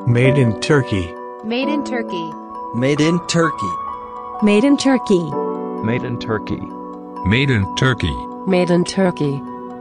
Made in Turkey. Made in Turkey. Made in Turkey. Made in Turkey. Made in Turkey. Made in Turkey. Made in Turkey.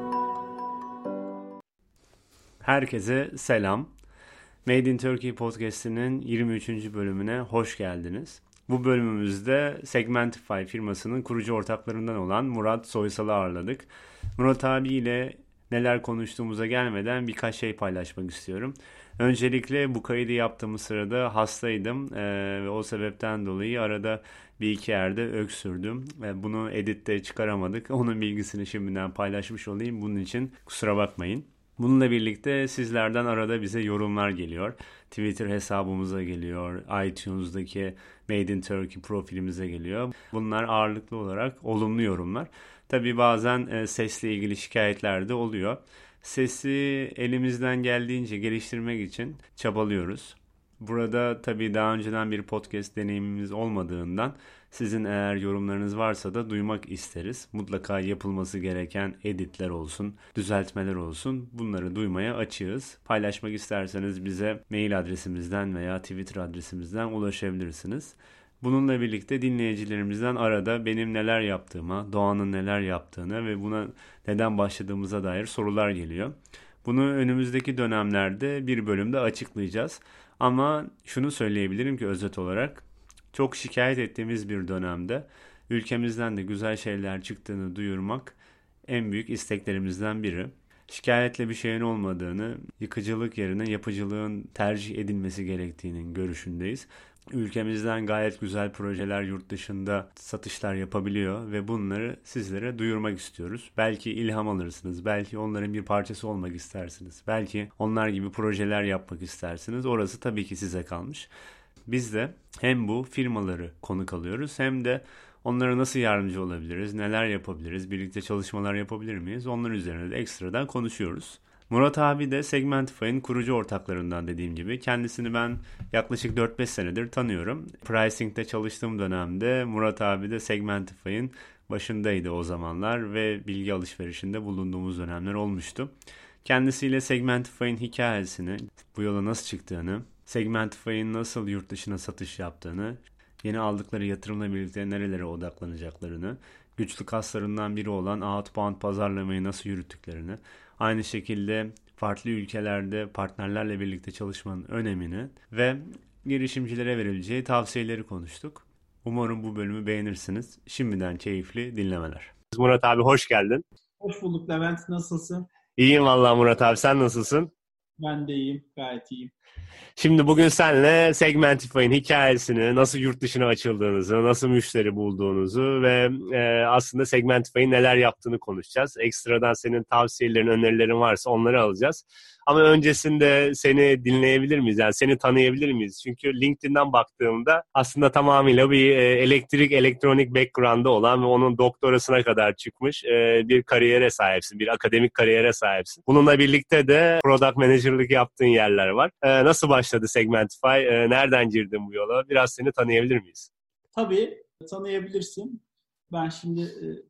Herkese selam. Made in Turkey podcast'inin 23. bölümüne hoş geldiniz. Bu bölümümüzde Segmentify firmasının kurucu ortaklarından olan Murat Soysal'ı ağırladık. Murat abiyle neler konuştuğumuza gelmeden birkaç şey paylaşmak istiyorum. Öncelikle bu kaydı yaptığımız sırada hastaydım ve o sebepten dolayı arada bir iki yerde öksürdüm. Bunu editte çıkaramadık. Onun bilgisini şimdiden paylaşmış olayım. Bunun için kusura bakmayın. Bununla birlikte sizlerden arada bize yorumlar geliyor. Twitter hesabımıza geliyor. iTunes'daki Made in Turkey profilimize geliyor. Bunlar ağırlıklı olarak olumlu yorumlar. Tabii bazen sesle ilgili şikayetler de oluyor. Sesi elimizden geldiğince geliştirmek için çabalıyoruz. Burada tabii daha önceden bir podcast deneyimimiz olmadığından sizin eğer yorumlarınız varsa da duymak isteriz. Mutlaka yapılması gereken editler olsun, düzeltmeler olsun. Bunları duymaya açığız. Paylaşmak isterseniz bize mail adresimizden veya Twitter adresimizden ulaşabilirsiniz. Bununla birlikte dinleyicilerimizden arada benim neler yaptığıma, Doğan'ın neler yaptığını ve buna neden başladığımıza dair sorular geliyor. Bunu önümüzdeki dönemlerde bir bölümde açıklayacağız. Ama şunu söyleyebilirim ki özet olarak çok şikayet ettiğimiz bir dönemde ülkemizden de güzel şeyler çıktığını duyurmak en büyük isteklerimizden biri. Şikayetle bir şeyin olmadığını, yıkıcılık yerine yapıcılığın tercih edilmesi gerektiğinin görüşündeyiz. Ülkemizden gayet güzel projeler yurt dışında satışlar yapabiliyor ve bunları sizlere duyurmak istiyoruz. Belki ilham alırsınız, belki onların bir parçası olmak istersiniz, belki onlar gibi projeler yapmak istersiniz. Orası tabii ki size kalmış. Biz de hem bu firmaları konuk alıyoruz hem de onlara nasıl yardımcı olabiliriz, neler yapabiliriz, birlikte çalışmalar yapabilir miyiz? Onlar üzerine de ekstradan konuşuyoruz. Murat abi de Segmentify'ın kurucu ortaklarından dediğim gibi. Kendisini ben yaklaşık 4-5 senedir tanıyorum. Pricing'de çalıştığım dönemde Murat abi de Segmentify'ın başındaydı o zamanlar ve bilgi alışverişinde bulunduğumuz dönemler olmuştu. Kendisiyle Segmentify'ın hikayesini, bu yola nasıl çıktığını, Segmentify'ın nasıl yurt dışına satış yaptığını, yeni aldıkları yatırımla birlikte nerelere odaklanacaklarını, güçlü kaslarından biri olan outbound pazarlamayı nasıl yürüttüklerini, aynı şekilde farklı ülkelerde partnerlerle birlikte çalışmanın önemini ve girişimcilere verileceği tavsiyeleri konuştuk. Umarım bu bölümü beğenirsiniz. Şimdiden keyifli dinlemeler. Murat abi hoş geldin. Hoş bulduk Levent. Nasılsın? İyiyim vallahi Murat abi. Sen nasılsın? Ben de iyiyim. Gayet iyiyim. Şimdi bugün seninle Segmentify'ın hikayesini, nasıl yurt dışına açıldığınızı, nasıl müşteri bulduğunuzu ve aslında Segmentify'ın neler yaptığını konuşacağız. Ekstradan senin tavsiyelerin, önerilerin varsa onları alacağız. Ama öncesinde seni dinleyebilir miyiz? Yani seni tanıyabilir miyiz? Çünkü LinkedIn'den baktığımda aslında tamamıyla bir elektronik background'ı olan ve onun doktorasına kadar çıkmış bir kariyere sahipsin, bir akademik kariyere sahipsin. Bununla birlikte de product manager'lık yaptığın yerler var. Nasıl başladı Segmentify? Nereden girdin bu yola? Biraz seni tanıyabilir miyiz? Tabii tanıyabilirsin. Ben şimdi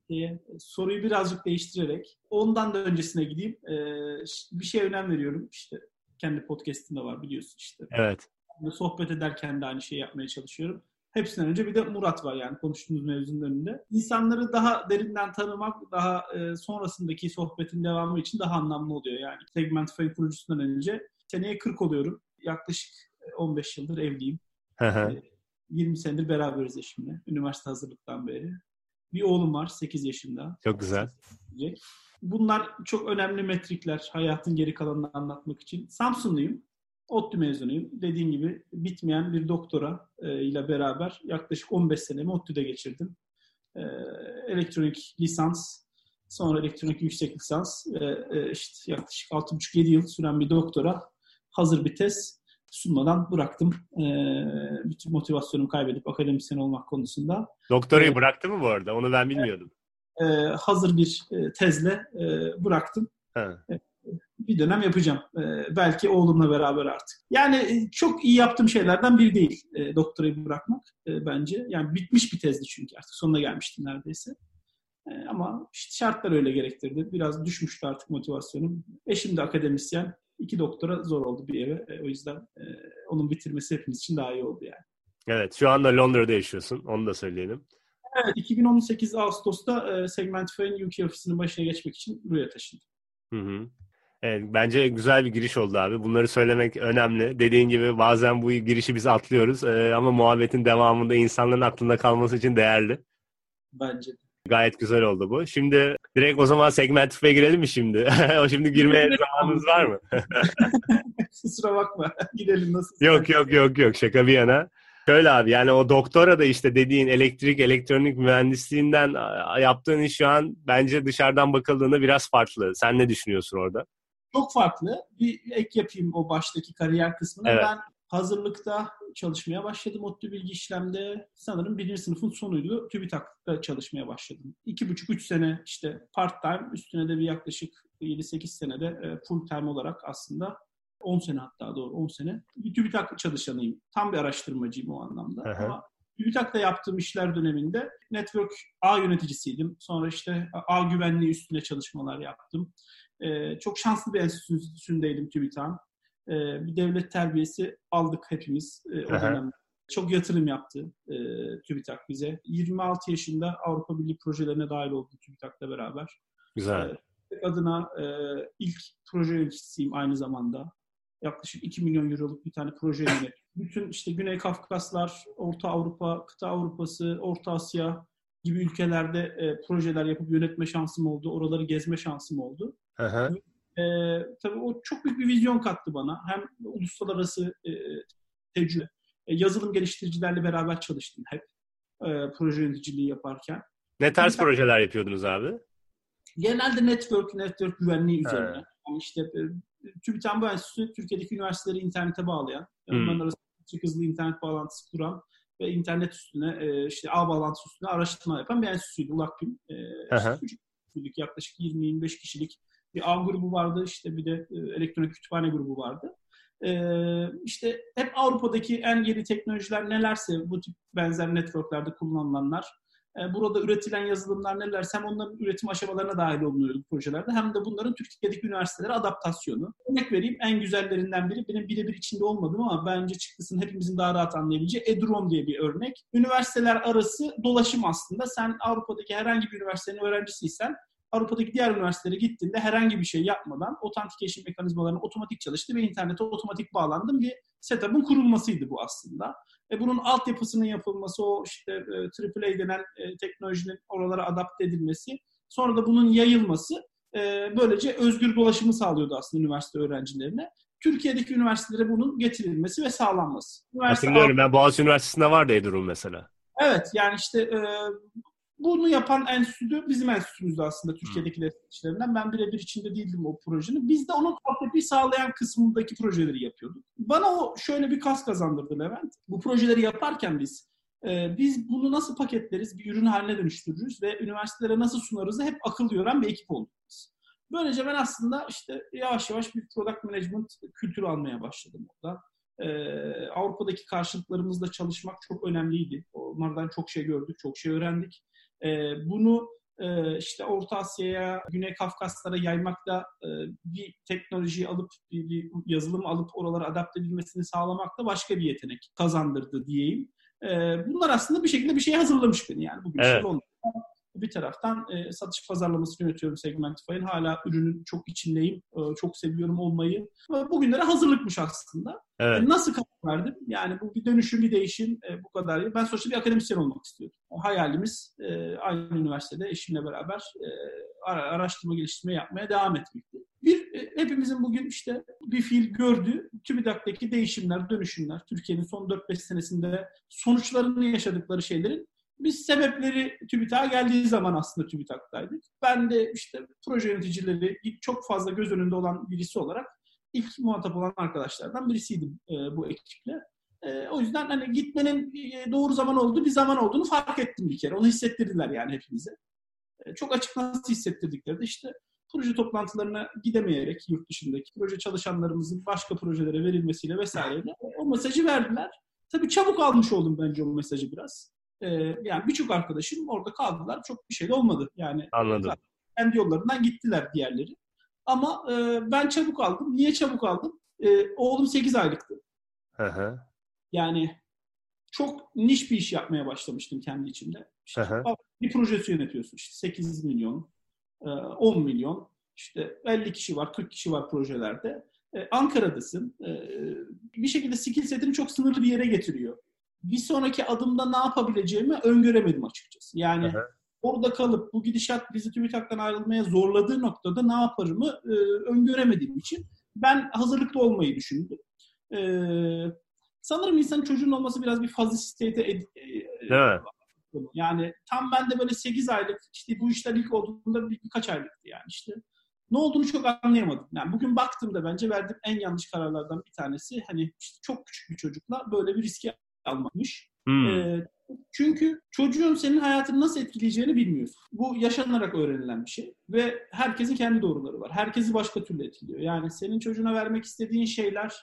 soruyu birazcık değiştirerek ondan da öncesine gideyim. Bir şeye önem veriyorum. İşte kendi podcast'imde var biliyorsun işte. Evet. Sohbet ederken de aynı şeyi yapmaya çalışıyorum. Hepsinden önce bir de Murat var yani konuştuğumuz mevzunun önünde. İnsanları daha derinden tanımak, daha sonrasındaki sohbetin devamı için daha anlamlı oluyor yani. Segmentify kurucusundan önce seneye 40 oluyorum. Yaklaşık 15 yıldır evliyim. 20 senedir beraberiz eşimle. Üniversite hazırlıktan beri. Bir oğlum var 8 yaşında. Çok güzel. Bunlar çok önemli metrikler hayatın geri kalanını anlatmak için. Samsunluyum. ODTÜ mezunuyum. Dediğim gibi bitmeyen bir doktora ile beraber yaklaşık 15 senemi ODTÜ'de geçirdim. Elektronik lisans, sonra elektronik yüksek lisans işte yaklaşık 6,5-7 yıl süren bir doktora, hazır bir tez sunmadan bıraktım. Bütün motivasyonumu kaybedip akademisyen olmak konusunda. Doktorayı bıraktı mı bu arada? Onu ben bilmiyordum. Hazır bir tezle bıraktım. Bir dönem yapacağım. Belki oğlumla beraber artık. Yani çok iyi yaptığım şeylerden biri değil doktorayı bırakmak bence. Yani bitmiş bir tezdi çünkü artık sonuna gelmiştim neredeyse. Ama işte şartlar öyle gerektirdi. Biraz düşmüştü artık motivasyonum. Eşim de akademisyen. 2 doktora zor oldu bir eve. O yüzden onun bitirmesi hepimiz için daha iyi oldu yani. Evet, şu anda Londra'da yaşıyorsun. Onu da söyleyelim. Evet, 2018 Ağustos'ta Segmentify'ın UK ofisinin başına geçmek için buraya taşındım. Hı hı. Evet, bence güzel bir giriş oldu abi. Bunları söylemek önemli. Dediğin gibi bazen bu girişi biz atlıyoruz. Ama muhabbetin devamında insanların aklında kalması için değerli. Bence de. Gayet güzel oldu bu. Şimdi direkt o zaman Segmentify'e girelim mi şimdi? O şimdi girmeye zamanınız var mı? Kusura bakma. Gidelim nasıl? Yok. Şaka bir yana. Şöyle abi, yani o doktora da işte dediğin elektrik, elektronik mühendisliğinden yaptığın iş şu an bence dışarıdan bakıldığında biraz farklı. Sen ne düşünüyorsun orada? Çok farklı. Bir ek yapayım o baştaki kariyer kısmına. Evet. Ben hazırlıkta çalışmaya başladım. ODTÜ Bilgi İşlem'de sanırım 1. sınıfın sonuydu. TÜBİTAK'ta çalışmaya başladım. 2,5-3 sene işte part time, üstüne de bir yaklaşık 7-8 senede full time olarak aslında 10 sene, hatta doğru 10 sene. Bir TÜBİTAK çalışanıyım. Tam bir araştırmacıyım o anlamda. Hı hı. Ama TÜBİTAK'ta yaptığım işler döneminde network ağ yöneticisiydim. Sonra işte ağ güvenliği üstüne çalışmalar yaptım. Çok şanslı bir enstitüsündeydim TÜBİTAK'ın. Bir devlet terbiyesi aldık hepimiz o dönemde. Çok yatırım yaptı TÜBİTAK bize. 26 yaşında Avrupa Birliği projelerine dahil oldum TÜBİTAK'la beraber. Güzel. Adına ilk proje yöneticisiyim aynı zamanda. Yaklaşık 2 milyon euroluk bir tane proje yönettim. Bütün işte Güney Kafkaslar, Orta Avrupa, Kıta Avrupası, Orta Asya gibi ülkelerde projeler yapıp yönetme şansım oldu. Oraları gezme şansım oldu. Tabii o çok büyük bir vizyon kattı bana. Hem uluslararası tecrübe, yazılım geliştiricilerle beraber çalıştım hep proje yöneticiliği yaparken. Ne tarz projeler yapıyordunuz abi? Genelde network güvenliği üzerine. Yani işte TÜBİTAK bu enstitüsü Türkiye'deki üniversiteleri internete bağlayan, onların arasında çok hızlı internet bağlantısı kuran ve internet üstüne işte ağ bağlantısı üstüne araştırma yapan bir enstitüsüydü. ULAKBİM. Yaklaşık 20-25 kişilik bir ağ grubu vardı. İşte bir de elektronik kütüphane grubu vardı. İşte hep Avrupa'daki en yeni teknolojiler nelerse bu tip benzer networklerde kullanılanlar, burada üretilen yazılımlar nelerse hem onların üretim aşamalarına dahil oluyordu projelerde, hem de bunların Türkiye'deki üniversitelere adaptasyonu. Örnek vereyim, en güzellerinden biri, benim birebir içinde olmadım ama bence çıktısını hepimizin daha rahat anlayabileceği EduROM diye bir örnek. Üniversiteler arası dolaşım aslında. Sen Avrupa'daki herhangi bir üniversitenin öğrencisiysen, Avrupa'daki diğer üniversitelere gittiğinde herhangi bir şey yapmadan authentication mekanizmalarının otomatik çalıştı ve internete otomatik bağlandım. Bir setup'ın kurulmasıydı bu aslında. Bunun altyapısının yapılması, o işte AAA denen teknolojinin oralara adapte edilmesi, sonra da bunun yayılması böylece özgür dolaşımı sağlıyordu aslında üniversite öğrencilerine. Türkiye'deki üniversitelere bunun getirilmesi ve sağlanması. Hatırlıyorum, ben Boğaziçi Üniversitesi'nde vardı EduROM mesela. Evet, yani işte bunu yapan enstitü bizim enstitümüzdü aslında Türkiye'deki destekçilerinden. Ben birebir içinde değildim o projenin. Biz de onun altyapıyı sağlayan kısmındaki projeleri yapıyorduk. Bana o şöyle bir kas kazandırdı Levent. Bu projeleri yaparken biz bunu nasıl paketleriz, bir ürün haline dönüştürürüz ve üniversitelere nasıl sunarızı hep akıl yoran bir ekip olduk biz. Böylece ben aslında işte yavaş yavaş bir product management kültürü almaya başladım oradan. Avrupa'daki karşılıklarımızla çalışmak çok önemliydi. Onlardan çok şey gördük, çok şey öğrendik. Bunu işte Orta Asya'ya, Güney Kafkaslara yaymakta, bir teknolojiyi alıp, bir yazılım alıp oralara adapte edilmesini sağlamak da başka bir yetenek kazandırdı diyeyim. Bunlar aslında bir şekilde bir şeye hazırlamış beni yani. Bugün evet. Bir taraftan satış pazarlaması yönetiyorum Segmentify'ın. Hala ürünün çok içindeyim. Çok seviyorum olmayı. Bugünlere hazırlıkmış aslında. Evet. Nasıl karar verdim? Yani bu bir dönüşüm, bir değişim, bu kadar. Ben sonuçta bir akademisyen olmak istiyorum. Hayalimiz aynı üniversitede eşimle beraber araştırma geliştirme yapmaya devam etmekti. Hepimizin bugün işte bir fiil gördüğü TÜBİTAK'taki değişimler, dönüşümler, Türkiye'nin son 4-5 senesinde sonuçlarını yaşadıkları şeylerin biz sebepleri TÜBİTAK'a geldiği zaman aslında TÜBİTAK'taydık. Ben de işte proje yöneticileri çok fazla göz önünde olan birisi olarak ilk muhatap olan arkadaşlardan birisiydim bu ekiple. O yüzden hani gitmenin doğru zaman olduğu bir zaman olduğunu fark ettim bir kere. Onu hissettirdiler yani hepimize. Çok açık nasıl hissettirdikleri de işte proje toplantılarına gidemeyerek yurt dışındaki proje çalışanlarımızın başka projelere verilmesiyle vesaireyle o mesajı verdiler. Tabii çabuk almış oldum bence o mesajı biraz. Yani birçok arkadaşım orada kaldılar. Çok bir şey de olmadı. Yani anladım. Kendi yollarından gittiler diğerleri. Ama ben çabuk aldım. Niye çabuk aldım? Oğlum 8 aylıktı. Hı hı. Yani çok niş bir iş yapmaya başlamıştım kendi içimde. İşte Hı hı. bir projesi yönetiyorsun. İşte 8 milyon, 10 milyon, işte 50 kişi var, 40 kişi var projelerde. Ankara'dasın. Bir şekilde skill setini çok sınırlı bir yere getiriyor. Bir sonraki adımda ne yapabileceğimi öngöremedim açıkçası. Hı Yani hı. orada kalıp bu gidişat bizi TÜBİTAK'tan ayrılmaya zorladığı noktada ne yaparımı öngöremediğim için ben hazırlıklı olmayı düşündüm. Sanırım insanın çocuğun olması biraz bir faziliteye Değil mi? yani tam ben de böyle 8 aylık işte bu işler ilk olduğunda birkaç aylıktı yani işte. Ne olduğunu çok anlayamadım. Yani bugün baktığımda bence verdiğim en yanlış kararlardan bir tanesi hani işte çok küçük bir çocukla böyle bir riski almamış. Hmm. Çünkü çocuğun senin hayatını nasıl etkileyeceğini bilmiyorsun. Bu yaşanarak öğrenilen bir şey ve herkesin kendi doğruları var. Herkesi başka türlü etkiliyor. Yani senin çocuğuna vermek istediğin şeyler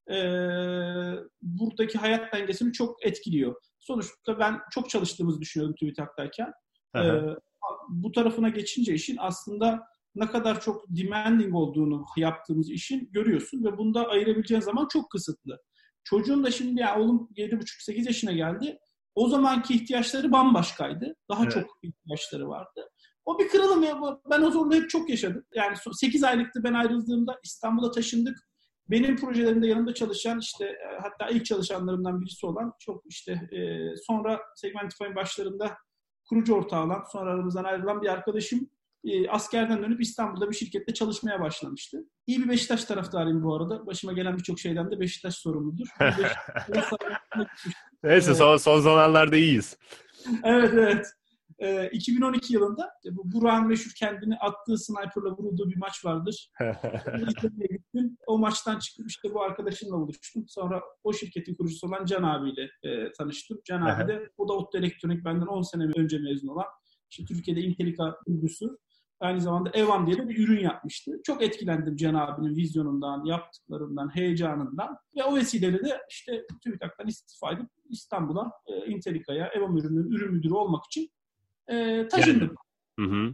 buradaki hayat dengesini çok etkiliyor. Sonuçta ben çok çalıştığımızı düşünüyordum TÜBİTAK'tayken. Hı E, hı. Bu tarafına geçince işin aslında ne kadar çok demanding olduğunu yaptığımız işin görüyorsun ve bunda ayırabileceğin zaman çok kısıtlı. Çocuğun da şimdi ya oğlum 7,5-8 yaşına geldi. O zamanki ihtiyaçları bambaşkaydı. Daha Evet. çok ihtiyaçları vardı. O bir kırılım ya. Ben o zorluğu hep çok yaşadım. Yani 8 aylıktı ben ayrıldığımda İstanbul'a taşındık. Benim projelerimde yanımda çalışan işte hatta ilk çalışanlarımdan birisi olan çok işte sonra Segmentify'ın başlarında kurucu ortağı olan sonra aramızdan ayrılan bir arkadaşım askerden dönüp İstanbul'da bir şirkette çalışmaya başlamıştı. İyi bir Beşiktaş taraftarıyım bu arada. Başıma gelen birçok şeyden de Beşiktaş sorumludur. Bir Beşiktaş Neyse son zamanlarda iyiyiz. Evet, evet. 2012 yılında bu Burak'ın meşhur kendini attığı sniperla vurulduğu bir maç vardır. Onu izlemeye gittim. O maçtan çıkıp işte bu arkadaşımla buluştum. Sonra o şirketin kurucusu olan Can abiyle tanıştım. Can Hı abi hı. de o da ODTÜ Elektronik benden 10 sene önce mezun olan işte Türkiye'de Intellica kurucusu. Aynı zamanda Evan diye de bir ürün yapmıştı. Çok etkilendim Can abinin vizyonundan, yaptıklarından, heyecanından. Ve o vesileyle de işte TÜBİTAK'tan istifa edip İstanbul'a, Intellica'ya, Evan ürünün ürün müdürü olmak için Geldim. taşındım. Hı hı.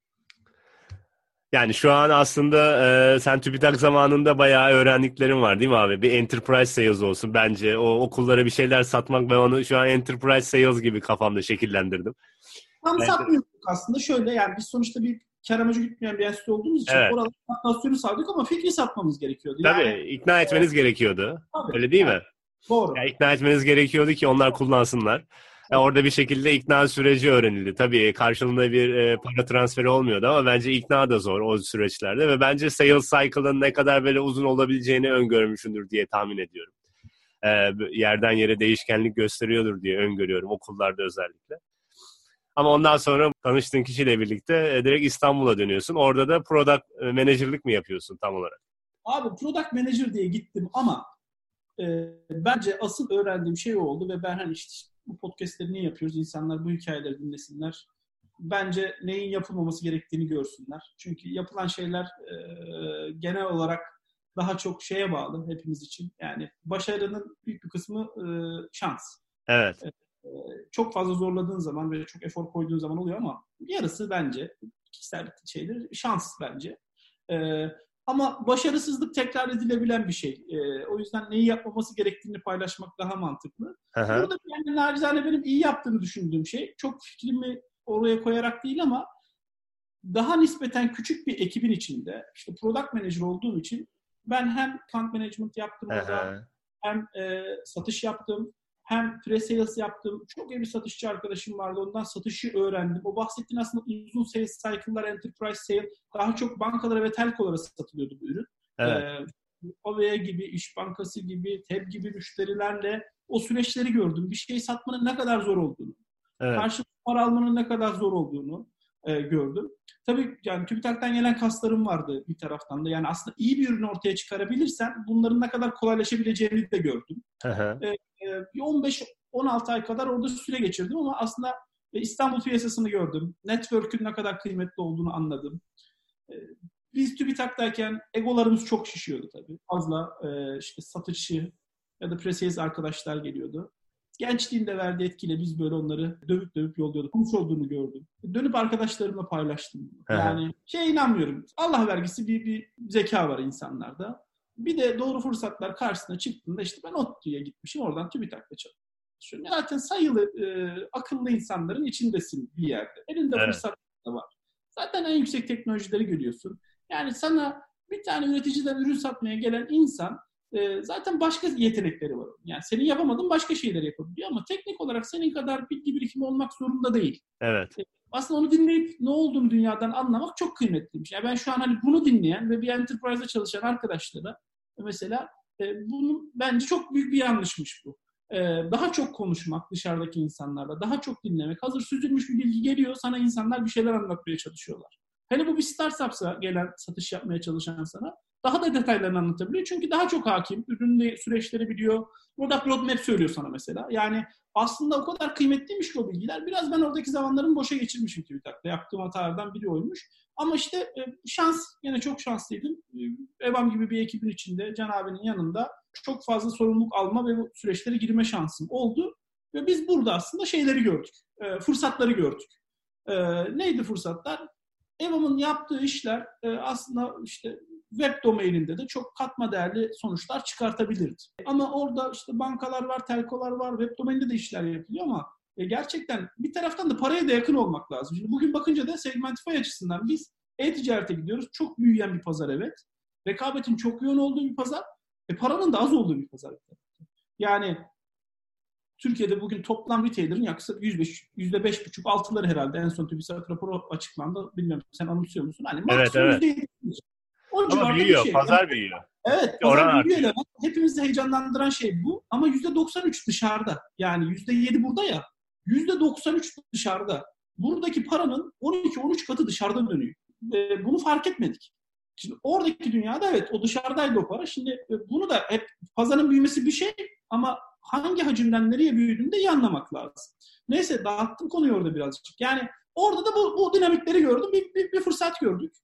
Yani şu an aslında sen TÜBİTAK zamanında bayağı öğrendiklerin var değil mi abi? Bir enterprise sales olsun bence. O okullara bir şeyler satmak ben onu şu an enterprise sales gibi kafamda şekillendirdim. Tam Evet. satmıyorduk aslında. Şöyle yani biz sonuçta bir kar amacı gütmeyen bir enstitü olduğumuz için Evet. oralarda adaptasyonu sağladık ama fikri satmamız gerekiyordu. Yani Tabii ikna etmeniz gerekiyordu. tabii Öyle değil yani mi? Ya doğru. ikna etmeniz gerekiyordu ki onlar kullansınlar. Orada bir şekilde ikna süreci öğrenildi. Tabii karşılığında bir para transferi olmuyordu ama bence ikna da zor o süreçlerde ve bence sales cycle'ın ne kadar böyle uzun olabileceğini öngörmüşsündür diye tahmin ediyorum. Yerden yere değişkenlik gösteriyordur diye öngörüyorum okullarda özellikle. Ama ondan sonra tanıştığın kişiyle birlikte direkt İstanbul'a dönüyorsun. Orada da product manager'lık mı yapıyorsun tam olarak? Abi product manager diye gittim ama bence asıl öğrendiğim şey o oldu ve ben hani işte bu podcastleri niye yapıyoruz? İnsanlar bu hikayeleri dinlesinler. Bence neyin yapılmaması gerektiğini görsünler. Çünkü yapılan şeyler genel olarak daha çok şeye bağlı hepimiz için. Yani başarının büyük bir kısmı şans. Evet. Çok fazla zorladığın zaman ve çok efor koyduğun zaman oluyor ama yarısı bence kişisel şeydir, şans bence. Ama başarısızlık tekrar edilebilen bir şey. O yüzden neyi yapmaması gerektiğini paylaşmak daha mantıklı. Hı hı. Burada yani nacizane benim iyi yaptığını düşündüğüm şey, çok fikrimi oraya koyarak değil ama daha nispeten küçük bir ekibin içinde, işte product manager olduğum için ben hem account management yaptım Hı orada, hı. hem satış yaptım, hem pre-sales yaptım. Çok iyi bir satışçı arkadaşım vardı. Ondan satışı öğrendim. O bahsettiğin aslında uzun sales cycle'lar, enterprise sale daha çok bankalara ve telkolara satılıyordu bu ürün. Evet. OVE gibi, İş Bankası gibi, TEB gibi müşterilerle o süreçleri gördüm. Bir şey satmanın ne kadar zor olduğunu, Evet. karşılık para almanın ne kadar zor olduğunu gördüm. Tabii yani TÜBİTAK'tan gelen kaslarım vardı bir taraftan da. Yani aslında iyi bir ürün ortaya çıkarabilirsen bunların ne kadar kolaylaşabileceğini de gördüm. Hı hı. Bir 15-16 ay kadar orada süre geçirdim ama aslında İstanbul piyasasını gördüm. Network'ün ne kadar kıymetli olduğunu anladım. Biz TÜBİTAK'tayken egolarımız çok şişiyordu tabii. Fazla işte satıcı ya da pre-sales arkadaşlar geliyordu. Gençliğinde verdiği etkiyle biz böyle onları dövüp dövüp yolluyorduk. Konuş olduğunu gördüm. Dönüp arkadaşlarımla paylaştım. Yani inanmıyorum. Allah vergisi bir zeka var insanlarda. Bir de doğru fırsatlar karşısına çıktığında işte ben ODTÜ'ye gitmişim. Oradan TÜBİTAK'ta çalışıyorum. Zaten sayılı akıllı insanların içindesin bir yerde. Elinde fırsat da var. Zaten en yüksek teknolojileri görüyorsun. Yani sana bir tane üreticiden ürün satmaya gelen insan zaten başka yetenekleri var. Yani senin yapamadığın başka şeyler yapabiliyor ama teknik olarak senin kadar bilgi birikimi olmak zorunda değil. Evet. Aslında onu dinleyip ne olduğunu dünyadan anlamak çok kıymetliymiş. Yani ben şu an hani bunu dinleyen ve bir enterprise'da çalışan arkadaşlara mesela bunun bence çok büyük bir yanlışmış bu. Daha çok konuşmak dışarıdaki insanlarla, daha çok dinlemek. Hazır süzülmüş bir bilgi geliyor, sana insanlar bir şeyler anlatmaya çalışıyorlar. Hele bu bir startup'sa gelen satış yapmaya çalışan sana daha da detaylarını anlatabiliyor. Çünkü daha çok hakim, ürün süreçleri biliyor. Product roadmap söylüyor sana mesela. Yani aslında o kadar kıymetliymiş ki o bilgiler. Biraz ben oradaki zamanlarımı boşa geçirmişim TÜBİTAK'ta. Yaptığım hatalardan biri oymuş. Ama işte şans, yine çok şanslıydım. EBAM gibi bir ekibin içinde, Can abinin yanında çok fazla sorumluluk alma ve bu süreçlere girme şansım oldu. Ve biz burada aslında şeyleri gördük, fırsatları gördük. Neydi fırsatlar? EBAM'ın yaptığı işler aslında işte web domaininde de çok katma değerli sonuçlar çıkartabilirdi. Ama orada işte bankalar var, telkolar var, web domaininde de işler yapılıyor ama gerçekten bir taraftan da paraya da yakın olmak lazım. Şimdi bugün bakınca da Segmentify açısından biz e-ticarete gidiyoruz. Çok büyüyen bir pazar evet. Rekabetin çok yoğun olduğu bir pazar. Paranın da az olduğu bir pazar. Yani Türkiye'de bugün toplam retailer'ın yaklaşık %5,5-6'ları herhalde. En son TÜBİTAK raporu açıklandı. Bilmiyorum sen anımsıyor musun? Hani maksimum evet. O ama büyüyor, pazar büyüyor. Evet, pazar büyüyor. Hepimizi heyecanlandıran şey bu. Ama %93 dışarıda. Yani %7 burada ya. %93 dışarıda. Buradaki paranın 12-13 katı dışarıda dönüyor. Bunu fark etmedik. Şimdi oradaki dünyada evet o dışarıdaydı o para. Şimdi bunu da hep pazarın büyümesi bir şey ama hangi hacimden nereye büyüdüğünü de iyi anlamak lazım. Neyse dağıttım konuyu orada birazcık. Yani orada da bu dinamikleri gördüm. Bir fırsat gördük.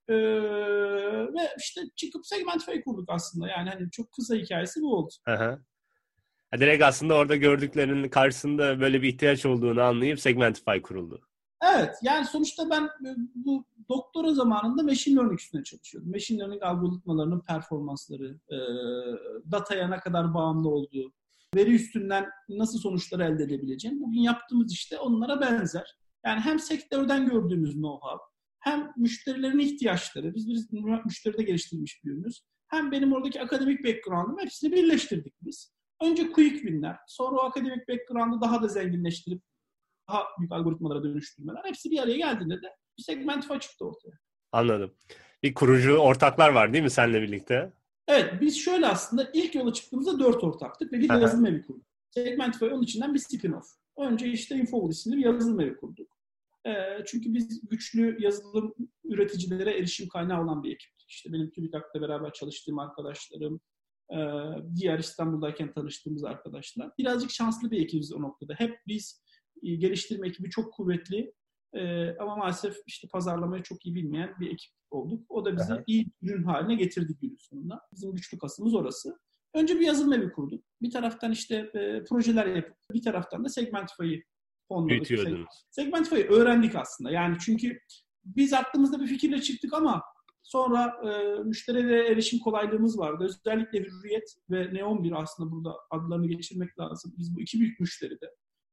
Ve işte çıkıp Segmentify kurduk aslında. Yani hani çok kısa hikayesi bu oldu. Aha. Direkt aslında orada gördüklerinin karşısında böyle bir ihtiyaç olduğunu anlayıp Segmentify kuruldu. Evet. Yani sonuçta ben bu doktora zamanında machine learning üstüne çalışıyordum. Machine learning algoritmalarının performansları, dataya ne kadar bağımlı olduğu, veri üstünden nasıl sonuçlar elde edebileceğim. Bugün yaptığımız işte onlara benzer. Yani hem sektörden gördüğümüz know-how, hem müşterilerin ihtiyaçları, biz müşteride geliştirilmiş bir ürünüz. Hem benim oradaki akademik background'ım hepsini birleştirdik biz. Önce quick win'ler, sonra o akademik background'ı daha da zenginleştirip daha büyük algoritmalara dönüştürmeler. Hepsi bir araya geldiğinde de bir Segmentify çıktı ortaya. Anladım. Bir kurucu ortaklar var değil mi seninle birlikte? Evet, biz şöyle aslında ilk yola çıktığımızda 4 ortaktık ve bir yazılım evi kurduk. Segmentify onun içinden bir spin-off. Önce işte Infovol isimli bir yazılım evi kurduk. Çünkü biz güçlü yazılım üreticilere erişim kaynağı olan bir ekiptik. İşte benim TÜBİTAK'ta beraber çalıştığım arkadaşlarım, diğer İstanbul'dayken tanıştığımız arkadaşlar. Birazcık şanslı bir ekibiz o noktada. Hep biz geliştirme ekibi çok kuvvetli ama maalesef işte pazarlamayı çok iyi bilmeyen bir ekip olduk. O da bizi iyi bir ürün haline getirdi günün sonunda. Bizim güçlü kasımız orası. Önce bir yazılım evi kurduk. Bir taraftan işte projeler yapıp bir taraftan da Segmentify'ı fonladık. Segmentify'ı öğrendik aslında. Yani çünkü biz aklımızda bir fikirle çıktık ama sonra müşterilere erişim kolaylığımız vardı. Özellikle Hürriyet ve Neon 1 aslında burada adlarını geçirmek lazım. Biz bu iki büyük müşteride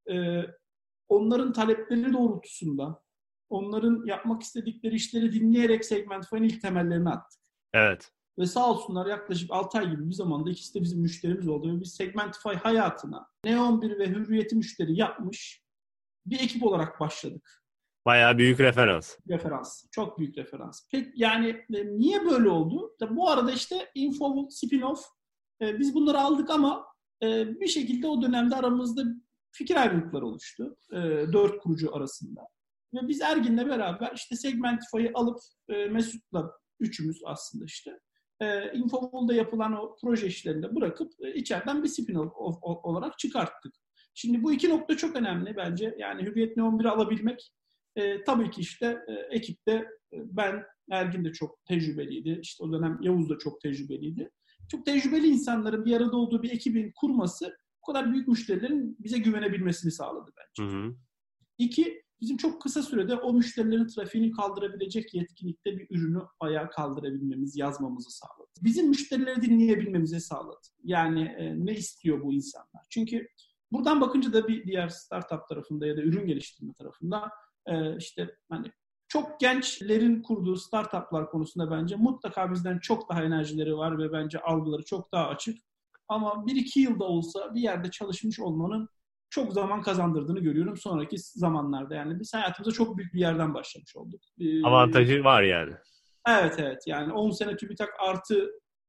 onların talepleri doğrultusunda onların yapmak istedikleri işleri dinleyerek Segmentify'ın ilk temellerini attık. Evet. Ve sağ olsunlar yaklaşık 6 ay gibi bir zamanda ikisi de bizim müşterimiz oldu. Ve biz Segmentify hayatına Neon 1 ve Hürriyet'i müşteri yapmış bir ekip olarak başladık. Bayağı büyük referans. Çok büyük referans. Peki yani niye böyle oldu? Bu arada işte Infovol spin-off biz bunları aldık ama bir şekilde o dönemde aramızda fikir ayrılıkları oluştu. 4 kurucu arasında. Ve biz Ergin'le beraber işte Segmentify'ı alıp Mesut'la üçümüz aslında işte Infovol'da yapılan o proje işlerini de bırakıp içeriden bir spin-off olarak çıkarttık. Şimdi bu iki nokta çok önemli bence. Yani Hürriyet Neon 1'i alabilmek tabii ki işte ekipte ben, Ergin de çok tecrübeliydi. İşte o dönem Yavuz da çok tecrübeliydi. Çok tecrübeli insanların bir arada olduğu bir ekibin kurması bu kadar büyük müşterilerin bize güvenebilmesini sağladı bence. Hı hı. 2, bizim çok kısa sürede o müşterilerin trafiğini kaldırabilecek yetkinlikte bir ürünü ayağa kaldırabilmemiz, yazmamızı sağladı. Bizim müşterileri dinleyebilmemizi sağladı. Yani ne istiyor bu insanlar? Çünkü buradan bakınca da bir diğer startup tarafında ya da ürün geliştirme tarafında işte hani çok gençlerin kurduğu startuplar konusunda bence mutlaka bizden çok daha enerjileri var ve bence algıları çok daha açık. Ama 1-2 yılda olsa bir yerde çalışmış olmanın çok zaman kazandırdığını görüyorum sonraki zamanlarda. Yani biz hayatımıza çok büyük bir yerden başlamış olduk. Avantajı var yani. Evet. Yani 10 sene TÜBİTAK artı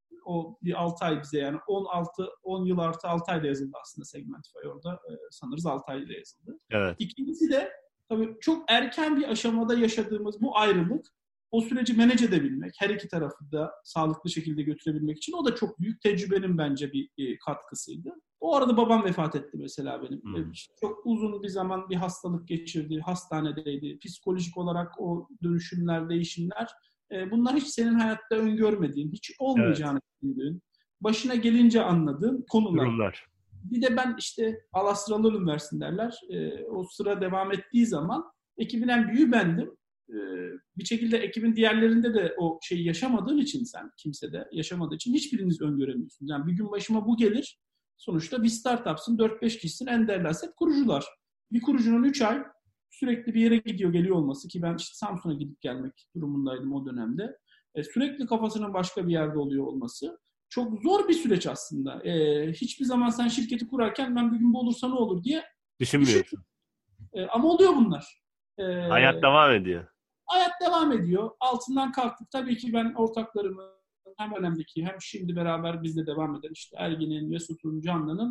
o bir 6 ay bize yani 10 yıl artı 6 ayda yazıldı aslında Segmentify orada. Sanırız 6 ayda yazıldı. Evet. İkincisi de tabii çok erken bir aşamada yaşadığımız bu ayrılık, o süreci manage edebilmek, her iki tarafı da sağlıklı şekilde götürebilmek için o da çok büyük tecrübenin bence bir katkısıydı. O arada babam vefat etti mesela benim. Çok uzun bir zaman bir hastalık geçirdi, hastanedeydi. Psikolojik olarak o dönüşümler, değişimler, bunlar hiç senin hayatta öngörmediğin, hiç olmayacağını düşündüğün, başına gelince anladığın konular. Durumlar. Bir de ben işte alastralarım versin derler. O sıra devam ettiği zaman ekibin en büyüğü bendim. Bir şekilde ekibin diğerlerinde de o şeyi yaşamadığın için sen, kimse de yaşamadığı için hiçbiriniz öngöremiyorsunuz. Yani bir gün başıma bu gelir. Sonuçta bir startupsın, 4-5 kişisin, en değerli aset kurucular. Bir kurucunun 3 ay sürekli bir yere gidiyor geliyor olması, ki ben işte Samsun'a gidip gelmek durumundaydım o dönemde. Sürekli kafasının başka bir yerde oluyor olması çok zor bir süreç aslında. Hiçbir zaman sen şirketi kurarken ben bir gün bu olursa ne olur diye Düşünmüyorsun. Ama oluyor bunlar. Hayat devam ediyor. Hayat devam ediyor. Altından kalktık. Tabii ki ben ortaklarımı hem önemdeki hem şimdi beraber bizle devam eden işte Ergin'in, Mesut'un, Canlı'nın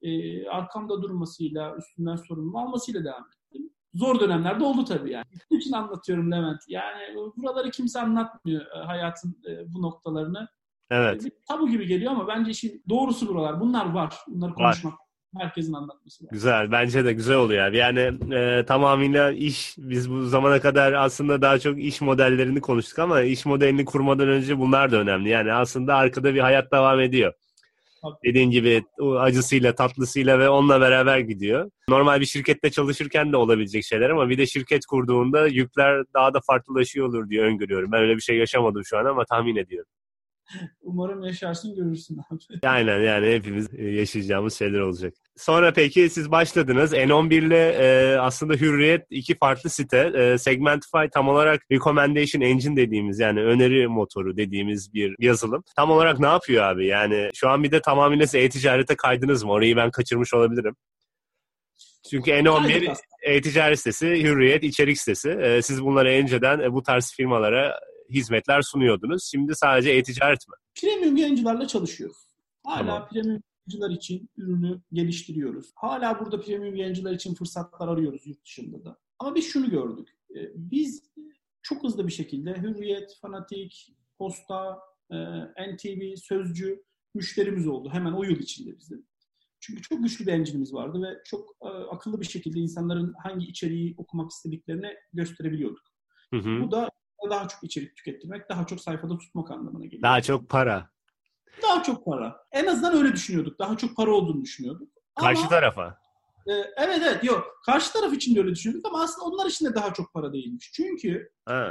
arkamda durmasıyla, üstünden sorumlu almasıyla devam ettim. Zor dönemlerde oldu tabii yani. Bunun için anlatıyorum Levent. Yani buraları kimse anlatmıyor, hayatın bu noktalarını. Evet. Bir tabu gibi geliyor ama bence işin doğrusu buralar. Bunlar var. Bunları konuşmak. Herkesin anlatması lazım. Güzel. Bence de güzel oluyor. Yani tamamıyla biz bu zamana kadar aslında daha çok iş modellerini konuştuk ama iş modelini kurmadan önce bunlar da önemli. Yani aslında arkada bir hayat devam ediyor. Tabii. Dediğin gibi o acısıyla, tatlısıyla ve onunla beraber gidiyor. Normal bir şirkette çalışırken de olabilecek şeyler ama bir de şirket kurduğunda yükler daha da farklılaşıyor olur diye öngörüyorum. Ben öyle bir şey yaşamadım şu an ama tahmin ediyorum. Umarım yaşarsın, görürsün abi. Aynen, yani hepimiz yaşayacağımız şeyler olacak. Sonra peki siz başladınız. N11 ile aslında Hürriyet iki farklı site. Segmentify tam olarak recommendation engine dediğimiz, yani öneri motoru dediğimiz bir yazılım. Tam olarak ne yapıyor abi? Yani şu an bir de tamamıyla e-ticarete kaydınız mı? Orayı ben kaçırmış olabilirim. Çünkü N11 e-ticaret sitesi, Hürriyet içerik sitesi. Siz bunları önceden bu tarz firmalara hizmetler sunuyordunuz. Şimdi sadece e-ticaret mi? Premium yayıncılarla çalışıyoruz. Hala Tamam. premium yayıncılar için ürünü geliştiriyoruz. Hala burada premium yayıncılar için fırsatlar arıyoruz yurt dışında da. Ama biz şunu gördük. Biz çok hızlı bir şekilde Hürriyet, Fanatik, Posta, NTV, Sözcü müşterimiz oldu. Hemen o yıl içinde bizim. Çünkü çok güçlü bir engine'imiz vardı ve çok akıllı bir şekilde insanların hangi içeriği okumak istediklerini gösterebiliyorduk. Hı hı. Bu da daha çok içerik tükettirmek, daha çok sayfada tutmak anlamına geliyor. Daha çok para. Daha çok para. En azından öyle düşünüyorduk. Daha çok para olduğunu düşünüyorduk. Karşı tarafa. Evet. Yok. Karşı taraf için de öyle düşünüyorduk ama aslında onlar için de daha çok para değilmiş. Çünkü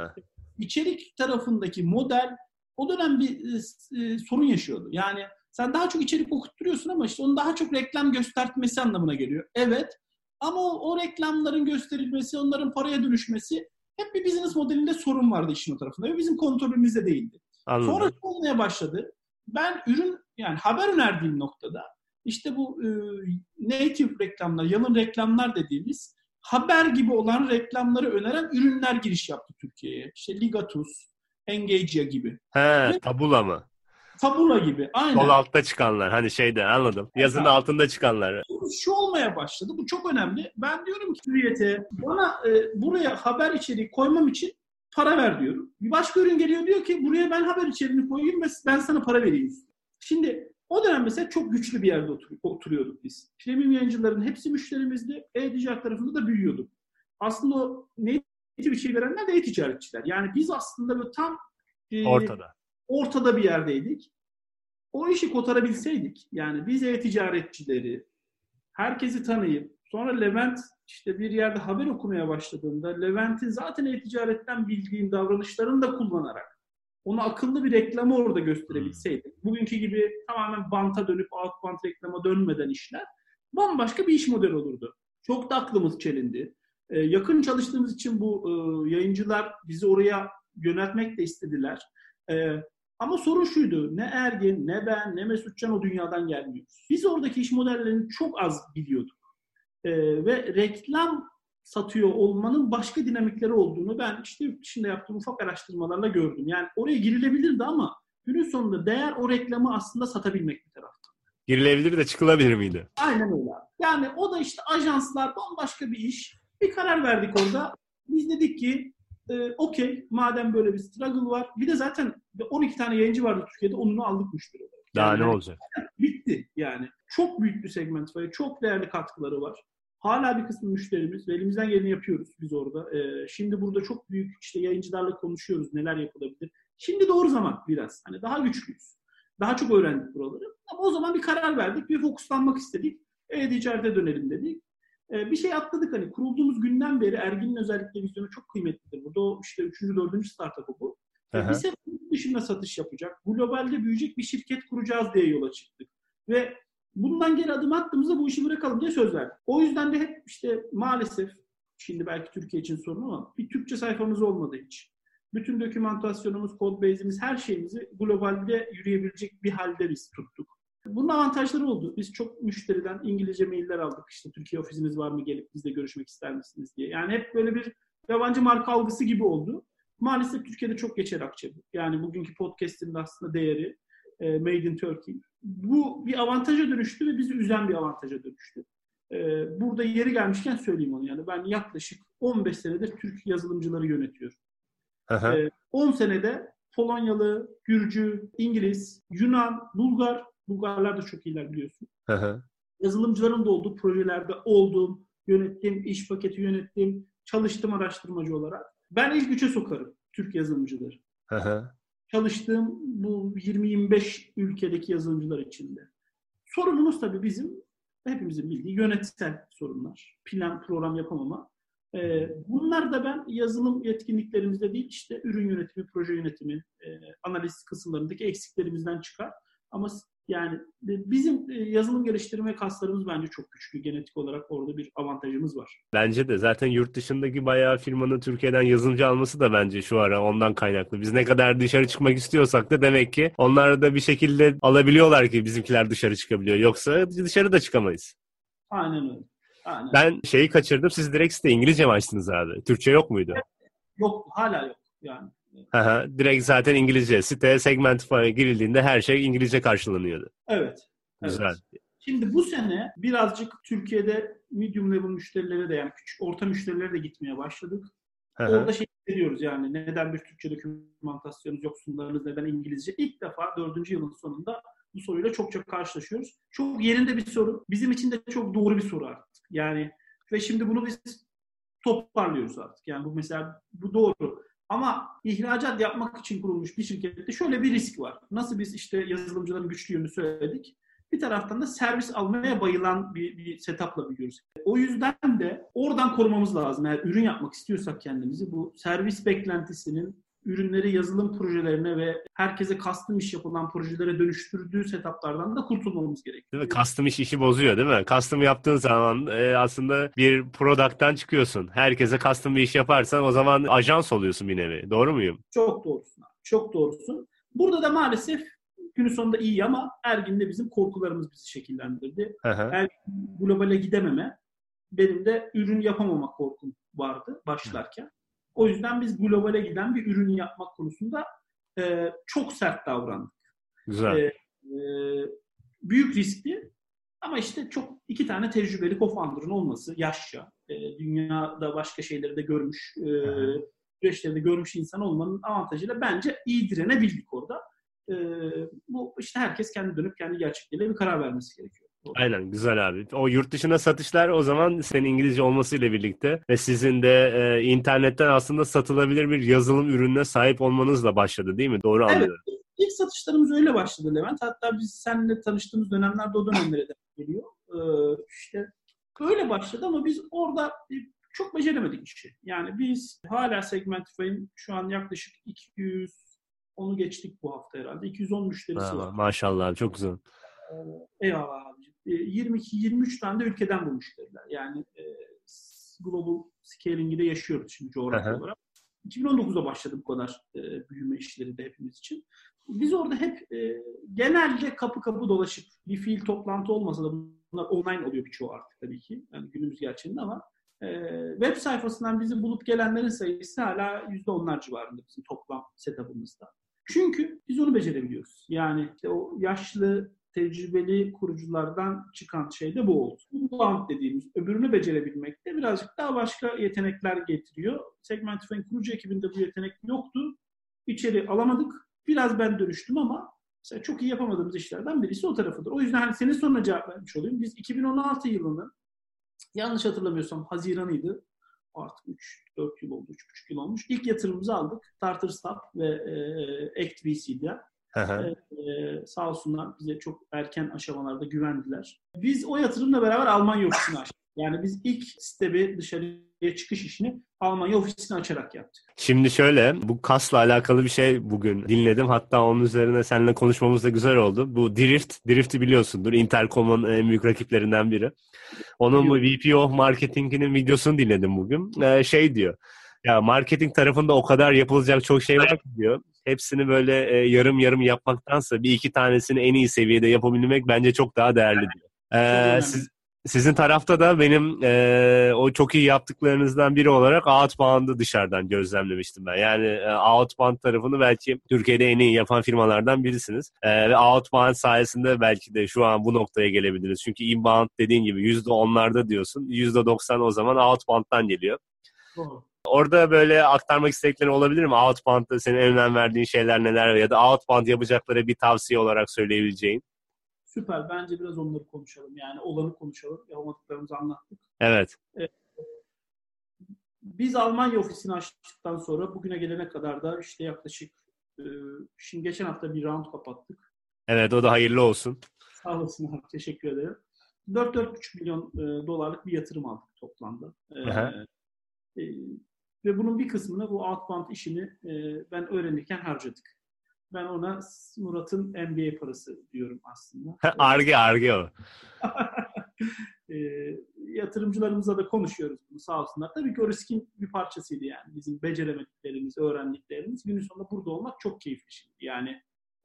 içerik tarafındaki model o dönem bir sorun yaşıyordu. Yani sen daha çok içerik okutturuyorsun ama işte onun daha çok reklam göstermesi anlamına geliyor. Evet. Ama o reklamların gösterilmesi, onların paraya dönüşmesi hep bir business modelinde sorun vardı işin o tarafında. Ve bizim kontrolümüzde değildi. Anladım. Sonra olmaya başladı. Ben ürün, yani haber önerdiğim noktada işte bu native reklamlar, yalın reklamlar dediğimiz haber gibi olan reklamları öneren ürünler giriş yaptı Türkiye'ye. İşte Ligatus, Engagea gibi. Tabula mı? Tabula gibi. Aynen. Sol altta çıkanlar. Hani şeyde anladım. Yazının altında çıkanlar. Şu olmaya başladı. Bu çok önemli. Ben diyorum ki Hürriyet'e bana buraya haber içeriği koymam için para ver diyorum. Bir başka ürün geliyor diyor ki buraya ben haber içeriğini koyayım ve ben sana para vereyim. Şimdi o dönem mesela çok güçlü bir yerde oturuyorduk biz. Premium yayıncıların hepsi müşterimizdi. E-ticaret tarafında da büyüyorduk. Aslında o native bir şey verenler de e-ticaretçiler. Yani biz aslında böyle tam ortada bir yerdeydik. O işi kotarabilseydik, yani biz e-ticaretçileri, herkesi tanıyıp sonra Levent işte bir yerde haber okumaya başladığında Levent'in zaten e-ticaretten bildiğin davranışlarını da kullanarak ona akıllı bir reklamı orada gösterebilseydi. Bugünkü gibi tamamen banta dönüp outbound reklama dönmeden işler bambaşka bir iş modeli olurdu. Çok da aklımız çelindi. Yakın çalıştığımız için bu yayıncılar bizi oraya yöneltmek de istediler. Ama sorun şuydu. Ne Ergin, ne ben, ne Mesutcan o dünyadan gelmiyoruz. Biz oradaki iş modellerini çok az biliyorduk. Ve reklam satıyor olmanın başka dinamikleri olduğunu ben işte yurt dışında yaptığım ufak araştırmalarla gördüm. Yani oraya girilebilirdi ama günün sonunda değer o reklamı aslında satabilmek bir taraftan. Girilebilir de çıkılabilir miydi? Aynen öyle. Yani o da işte ajanslar bambaşka bir iş. Bir karar verdik orada. Biz dedik ki okey madem böyle bir struggle var. Bir de zaten 12 tane yayıncı vardı Türkiye'de. Onunu aldık müşteri olarak. Daha ne olacak? Bitti yani. Çok büyük bir segment var. Çok değerli katkıları var. Hala bir kısmı müşterimiz ve elimizden geleni yapıyoruz biz orada. Şimdi burada çok büyük işte yayıncılarla konuşuyoruz neler yapılabilir. Şimdi doğru zaman biraz. Hani daha güçlüyüz. Daha çok öğrendik buraları. Ama o zaman bir karar verdik. Bir fokuslanmak istedik. E-ticarete dönelim dedik. Bir şey atladık hani kurulduğumuz günden beri Ergin'in özellikle vizyonu çok kıymetlidir. Burada o işte 3. 4. startup'ı bu. Biz hep dışında satış yapacak, globalde büyüyecek bir şirket kuracağız diye yola çıktık. Ve bundan geri adım attığımızda bu işi bırakalım diye söz verdik. O yüzden de hep işte maalesef şimdi belki Türkiye için sorun ama bir Türkçe sayfamız olmadı hiç. Bütün dokümantasyonumuz, kod base'imiz, her şeyimizi globalde yürüyebilecek bir halde biz tuttuk. Bunun avantajları oldu. Biz çok müşteriden İngilizce mailler aldık. İşte Türkiye ofisiniz var mı gelip bizle görüşmek ister misiniz diye. Yani hep böyle bir yabancı marka algısı gibi oldu. Maalesef Türkiye'de çok geçer akçe bu. Yani bugünkü podcast'in de aslında değeri Made in Turkey. Bu bir avantaja dönüştü ve bizi üzen bir avantaja dönüştü. Burada yeri gelmişken söyleyeyim onu. Yani ben yaklaşık 15 senedir Türk yazılımcıları yönetiyorum. 10 senede Polonyalı, Gürcü, İngiliz, Yunan, Bulgarlar da çok iyiler biliyorsun. Yazılımcıların da olduğu projelerde oldum, yönettim, iş paketi yönettim, çalıştım araştırmacı olarak. Ben ilk 3'e sokarım Türk yazılımcıları. Çalıştığım bu 20-25 ülkedeki yazılımcılar içinde. Sorunumuz tabii bizim, hepimizin bildiği yönetsel sorunlar. Plan, program yapamama. Bunlar da ben yazılım yetkinliklerimizde değil, işte ürün yönetimi, proje yönetimi, analiz kısımlarındaki eksiklerimizden çıkar. Ama yani bizim yazılım geliştirme kaslarımız bence çok güçlü. Genetik olarak orada bir avantajımız var. Bence de. Zaten yurt dışındaki bayağı firmanın Türkiye'den yazılımcı alması da bence şu ara ondan kaynaklı. Biz ne kadar dışarı çıkmak istiyorsak da demek ki onlar da bir şekilde alabiliyorlar ki bizimkiler dışarı çıkabiliyor. Yoksa dışarı da çıkamayız. Aynen öyle. Aynen. Ben şeyi kaçırdım. Siz direkt site İngilizce mi açtınız abi? Türkçe yok muydu? Yok. Hala yok yani. Direkt zaten İngilizce. Siteye Segmentify'a girildiğinde her şey İngilizce karşılanıyordu. Evet. Güzel. Evet. Şimdi bu sene birazcık Türkiye'de medium level müşterilere de yani küçük orta müşterilere de gitmeye başladık. Orada şey ediyoruz yani neden bir Türkçe dokümantasyonunuz yok sunumlarınız neden İngilizce? İlk defa 4. yılın sonunda bu soruyla çok karşılaşıyoruz. Çok yerinde bir soru. Bizim için de çok doğru bir soru artık. Yani ve şimdi bunu biz toparlıyoruz artık. Yani bu mesela bu doğru. Ama ihracat yapmak için kurulmuş bir şirkette şöyle bir risk var. Nasıl biz işte yazılımcıların güçlü yönünü söyledik. Bir taraftan da servis almaya bayılan bir setup'la büyüyoruz. O yüzden de oradan korumamız lazım. Eğer ürün yapmak istiyorsak kendimizi bu servis beklentisinin ürünleri yazılım projelerine ve herkese custom iş yapılan projelere dönüştürdüğü setup'lardan da kurtulmamız gerekiyor. Değil mi? Custom işi bozuyor değil mi? Custom yaptığın zaman aslında bir product'tan çıkıyorsun. Herkese custom bir iş yaparsan o zaman ajans oluyorsun bir nevi. Doğru muyum? Çok doğrusun. Çok doğrusun. Burada da maalesef günün sonunda iyi ama Ergin'le bizim korkularımız bizi şekillendirdi. Ergin globale gidememe, benim de ürün yapamama korkum vardı başlarken. O yüzden biz globale giden bir ürün yapmak konusunda çok sert davrandık. Güzel. Büyük riskli ama işte çok 2 tane tecrübeli co-founder'ın olması yaşça, dünyada başka şeyleri de görmüş, süreçleri de görmüş insan olmanın avantajıyla bence iyi direnebildik orada. Bu işte herkes kendi dönüp kendi gerçekliğiyle bir karar vermesi gerekiyor. Aynen güzel abi. O yurt dışına satışlar o zaman senin İngilizce olmasıyla birlikte ve sizin de internetten aslında satılabilir bir yazılım ürününe sahip olmanızla başladı değil mi? Doğru anlıyorum. Evet. İlk satışlarımız öyle başladı Levent. Hatta biz seninle tanıştığımız dönemlerde o dönemlere de geliyor. İşte öyle başladı ama biz orada çok beceremedik işi. Yani biz hala Segmentify'in şu an yaklaşık 210'u geçtik bu hafta herhalde. 210 müşterisi var. Maşallah çok güzel. Eyvallah abicim. 22-23 tane de ülkeden bu müşteriler. Yani global scaling'i de yaşıyoruz şimdi coğrafi olarak. 2019'da başladı bu kadar büyüme işleri de hepimiz için. Biz orada hep genelde kapı kapı dolaşıp bir fiil toplantı olmasa da bunlar online oluyor birçoğu artık tabii ki. Yani günümüz gerçeğinde ama web sayfasından bizi bulup gelenlerin sayısı hala %10'lar civarında bizim toplam setup'ımızda. Çünkü biz onu becerebiliyoruz. Yani işte o yaşlı tecrübeli kuruculardan çıkan şey de bu oldu. Inbound dediğimiz öbürünü becerebilmek de birazcık daha başka yetenekler getiriyor. Segmentify'in kurucu ekibinde bu yetenek yoktu. İçeri alamadık. Biraz ben dönüştüm ama mesela çok iyi yapamadığımız işlerden birisi o tarafıdır. O yüzden hani senin soruna cevap vermiş olayım. Biz 2016 yılının yanlış hatırlamıyorsam Haziran'ıydı. Artık 3-4 yıl oldu, 3,5 yıl olmuş. İlk yatırımımızı aldık. Startup ve Act VC'de. Sağ olsunlar bize çok erken aşamalarda güvendiler. Biz o yatırımla beraber Almanya ofisini açtık. Yani biz ilk step'i dışarıya çıkış işini Almanya ofisini açarak yaptık. Şimdi şöyle, bu kasla alakalı bir şey bugün dinledim. Hatta onun üzerine seninle konuşmamız da güzel oldu. Bu Drift'i biliyorsundur. Intercom'un en büyük rakiplerinden biri. Onun bu VP of Marketing'inin videosunu dinledim bugün. Şey diyor, ya marketing tarafında o kadar yapılacak çok şey var ki diyor. Hepsini böyle yarım yarım yapmaktansa bir iki tanesini en iyi seviyede yapabilmek bence çok daha değerli diyor. Sizin tarafta da benim o çok iyi yaptıklarınızdan biri olarak Outbound'ı dışarıdan gözlemlemiştim ben. Yani Outbound tarafını belki Türkiye'de en iyi yapan firmalardan birisiniz. Ve Outbound sayesinde belki de şu an bu noktaya gelebildiniz. Çünkü inbound dediğin gibi %10'larda diyorsun. %90 o zaman Outbound'dan geliyor. Doğru. Orada böyle aktarmak istediklerin olabilir mi? Outbound'da senin en önem verdiğin şeyler neler ya da Outbound yapacaklara bir tavsiye olarak söyleyebileceğin? Süper. Bence biraz onları konuşalım. Yani olanı konuşalım. Yapamadıklarımızı anlattık. Evet. Biz Almanya ofisini açtıktan sonra bugüne gelene kadar da işte yaklaşık şimdi geçen hafta bir round kapattık. Evet, o da hayırlı olsun. Sağ olasın abi. Teşekkür ederim. 4-4,5 milyon dolarlık bir yatırım aldık toplamda. Ve bunun bir kısmını bu outbound işini ben öğrenirken harcadık. Ben ona Murat'ın MBA parası diyorum aslında. Arge o. Yatırımcılarımızla da konuşuyoruz bunu sağ olsunlar. Tabii ki o riskin bir parçasıydı yani. Bizim beceremediklerimiz, öğrendiklerimiz. Günün sonunda burada olmak çok keyifli şimdi. Yani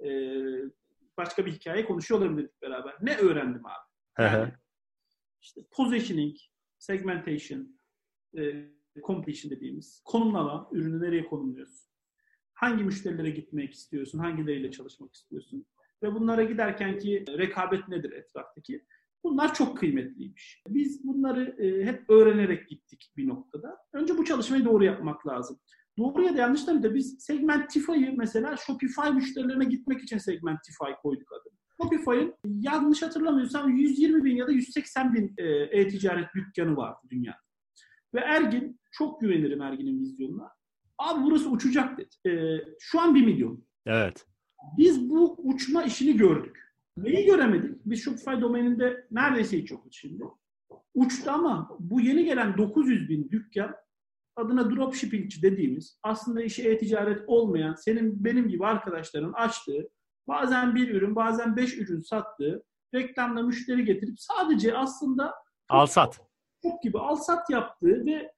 başka bir hikaye konuşuyor olabilirdik beraber. Ne öğrendim abi? Yani işte positioning, segmentation, completion dediğimiz konumlama, ürünü nereye konumluyorsun? Hangi müşterilere gitmek istiyorsun? Hangileriyle çalışmak istiyorsun? Ve bunlara giderken ki rekabet nedir etraftaki? Bunlar çok kıymetliymiş. Biz bunları hep öğrenerek gittik bir noktada. Önce bu çalışmayı doğru yapmak lazım. Doğru ya da yanlış tabii de biz Segmentify'ı mesela Shopify müşterilerine gitmek için Segmentify koyduk adını. Shopify'ın yanlış hatırlamıyorsam 120 bin ya da 180 bin e-ticaret dükkanı vardı dünyada. Ve Ergin, çok güvenirim Ergin'in vizyonuna. Abi burası uçacak dedi. Şu an 1 milyon. Evet. Biz bu uçma işini gördük. Neyi göremedik? Biz Shopify domaininde neredeyse hiç yokuz şimdi. Uçtu ama bu yeni gelen 900 bin dükkan adına dropshippingçi dediğimiz aslında işi e-ticaret olmayan senin benim gibi arkadaşların açtığı bazen bir ürün bazen 5 ürün sattığı reklamla müşteri getirip sadece aslında Al-sat. çok gibi al-sat yaptığı ve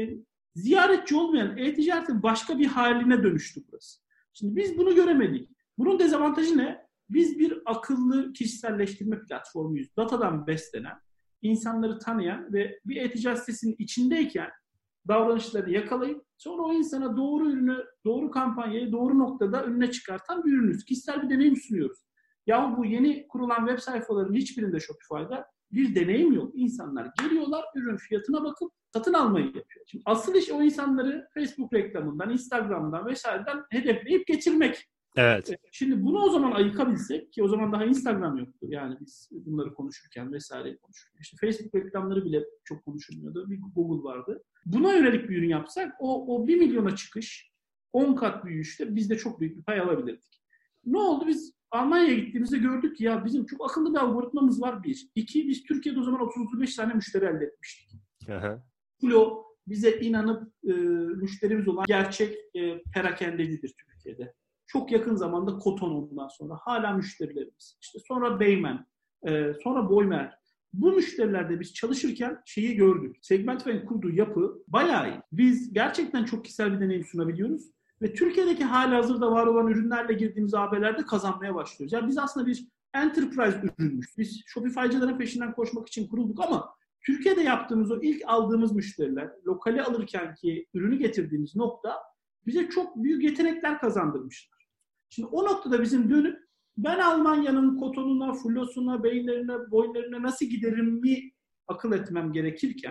ziyaretçi olmayan e-ticaretin başka bir haline dönüştü burası. Şimdi biz bunu göremedik. Bunun dezavantajı ne? Biz bir akıllı kişiselleştirme platformuyuz. Datadan beslenen, insanları tanıyan ve bir e-ticaret sitesinin içindeyken davranışları yakalayıp sonra o insana doğru ürünü, doğru kampanyayı doğru noktada önüne çıkartan bir ürünüz. Kişisel bir deneyim sunuyoruz. Yahu bu yeni kurulan web sayfalarının hiçbirinde Shopify'da bir deneyim yok. İnsanlar geliyorlar, ürün fiyatına bakıp satın almayı yapıyor. Şimdi asıl iş o insanları Facebook reklamından, Instagram'dan vesaireden hedefleyip geçirmek. Evet. Şimdi bunu o zaman ayıkabilsek ki o zaman daha Instagram yoktu. Yani biz bunları konuşurken vesaire konuşurken. İşte Facebook reklamları bile çok konuşulmuyordu. Bir Google vardı. Buna yönelik bir ürün yapsak o 1 milyona çıkış 10 kat büyüyüşte biz de çok büyük bir pay alabilirdik. Ne oldu? Biz Almanya'ya gittiğimizde gördük ki ya bizim çok akıllı bir algoritmamız var bir. İki, biz Türkiye'de o zaman 30-35 tane müşteri elde etmiştik. Aha. Kilo bize inanıp müşterimiz olan gerçek perakendecidir Türkiye'de. Çok yakın zamanda Koton ondan sonra. Hala müşterilerimiz. İşte sonra Beymen, sonra Boymer. Bu müşterilerde biz çalışırken şeyi gördük. Segmentify'in kurduğu yapı bayağı iyi. Biz gerçekten çok kişisel bir deneyim sunabiliyoruz. Ve Türkiye'deki halihazırda var olan ürünlerle girdiğimiz AB'lerde kazanmaya başlıyoruz. Yani biz aslında bir enterprise ürünmüş. Biz Shopify'cıların peşinden koşmak için kurulduk ama Türkiye'de yaptığımız o ilk aldığımız müşteriler, lokale alırken ki ürünü getirdiğimiz nokta bize çok büyük yetenekler kazandırmışlar. Şimdi o noktada bizim dönüp ben Almanya'nın Koton'una, Fullos'una, Beylerine, Boylerine nasıl giderim mi akıl etmem gerekirken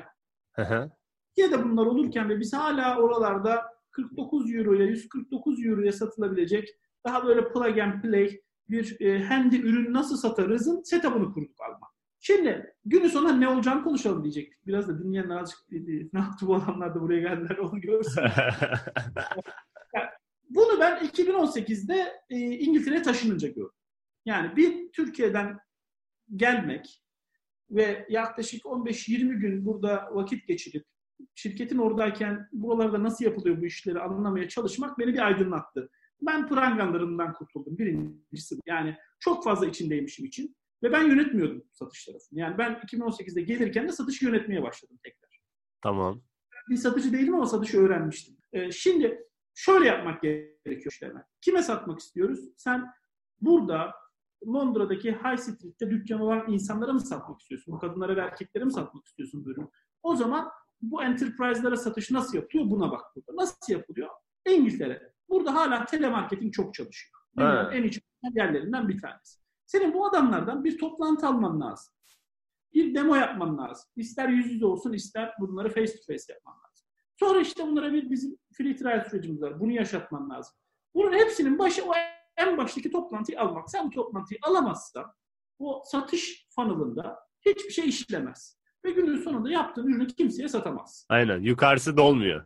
ya da bunlar olurken ve biz hala oralarda 49 euroya, 149 euroya satılabilecek daha böyle plug and play bir handy ürün nasıl satarızın setup'ını kurduk Alman. Şimdi günün sonunda ne olacağını konuşalım diyecektik. Biraz da dinleyenler azıcık ne yaptı bu adamlar da buraya geldiler onu görsün. Yani bunu ben 2018'de İngiltere'ye taşınınca gördüm. Yani bir Türkiye'den gelmek ve yaklaşık 15-20 gün burada vakit geçirip şirketin oradayken buralarda nasıl yapılıyor bu işleri anlamaya çalışmak beni bir aydınlattı. Ben prangalarından kurtuldum. Birincisi yani çok fazla içindeymişim için. Ve ben yönetmiyordum satış tarafını. Yani ben 2018'de gelirken de satışı yönetmeye başladım tekrar. Tamam. Bir satıcı değilim ama satışı öğrenmiştim. Şimdi şöyle yapmak gerekiyor işte hemen. Kime satmak istiyoruz? Sen burada Londra'daki High Street'te dükkan olan insanlara mı satmak istiyorsun? Bu kadınlara ve erkeklere mi satmak istiyorsun bu ürünü? O zaman bu enterprise'lara satış nasıl yapılıyor? Buna bak burada. Nasıl yapılıyor? İngiltere. Burada hala telemarketing çok çalışıyor. Dünyanın en iyi yerlerinden bir tanesi. Senin bu adamlardan bir toplantı alman lazım. Bir demo yapman lazım. İster yüz yüze olsun, ister bunları face to face yapman lazım. Sonra işte bunlara bizim free trial sürecimiz var. Bunu yaşatman lazım. Bunun hepsinin başı o en baştaki toplantıyı almak. Sen bu toplantıyı alamazsan o satış funnel'ında hiçbir şey işlemez. Ve günün sonunda yaptığın ürünü kimseye satamazsın. Aynen. Yukarısı dolmuyor.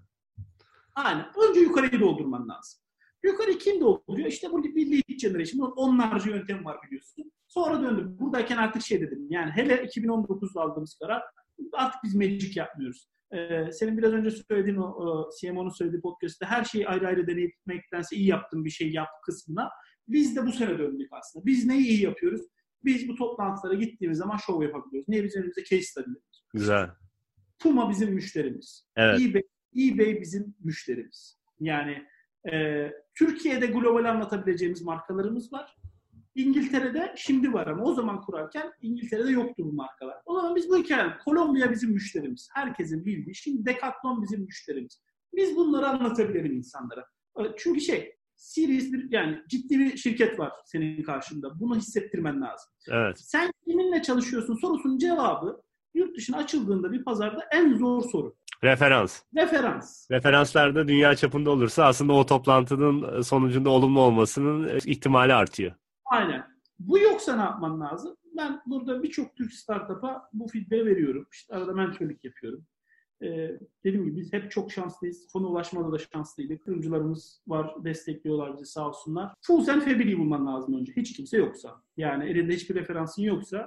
Aynen. Önce yukarıyı doldurman lazım. Yukarı kim dolduruyor? İşte burada bir lead generation. Onlarca yöntem var biliyorsun. Sonra döndüm. Buradayken artık şey dedim. Yani hele 2019'da aldığımız karar artık biz magic yapmıyoruz. Senin biraz önce söylediğin o CMO'nun söylediği podcast'te her şeyi ayrı ayrı deneyip gitmektense iyi yaptığım bir şey yap kısmına biz de bu sene döndük aslında. Biz neyi iyi yapıyoruz? Biz bu toplantılara gittiğimiz zaman show yapabiliyoruz. Niye bizim elimizde case study'lerimiz? Güzel. Puma bizim müşterimiz. Evet. eBay bizim müşterimiz. Yani Türkiye'de global anlatabileceğimiz markalarımız var. İngiltere'de şimdi var ama o zaman kurarken İngiltere'de yoktu bu markalar. O zaman biz bu hikaye, Kolombiya bizim müşterimiz. Herkesin bildiği. Şimdi Decathlon bizim müşterimiz. Biz bunları anlatabilirim insanlara. Çünkü serious yani ciddi bir şirket var senin karşında. Bunu hissettirmen lazım. Evet. Sen kiminle çalışıyorsun sorusunun cevabı yurt dışına açıldığında bir pazarda en zor soru. Referans. Referanslar da dünya çapında olursa aslında o toplantının sonucunda olumlu olmasının ihtimali artıyor. Aynen. Bu yoksa ne yapman lazım? Ben burada birçok Türk startup'a bu feedback'i veriyorum. İşte arada mentörlük yapıyorum. Dediğim gibi biz hep çok şanslıyız. Konu ulaşmada da şanslıydık. Kırımcılarımız var, destekliyorlar bizi sağ olsunlar. Fools and Family'yi bulman lazım önce. Hiç kimse yoksa. Yani elinde hiçbir referansın yoksa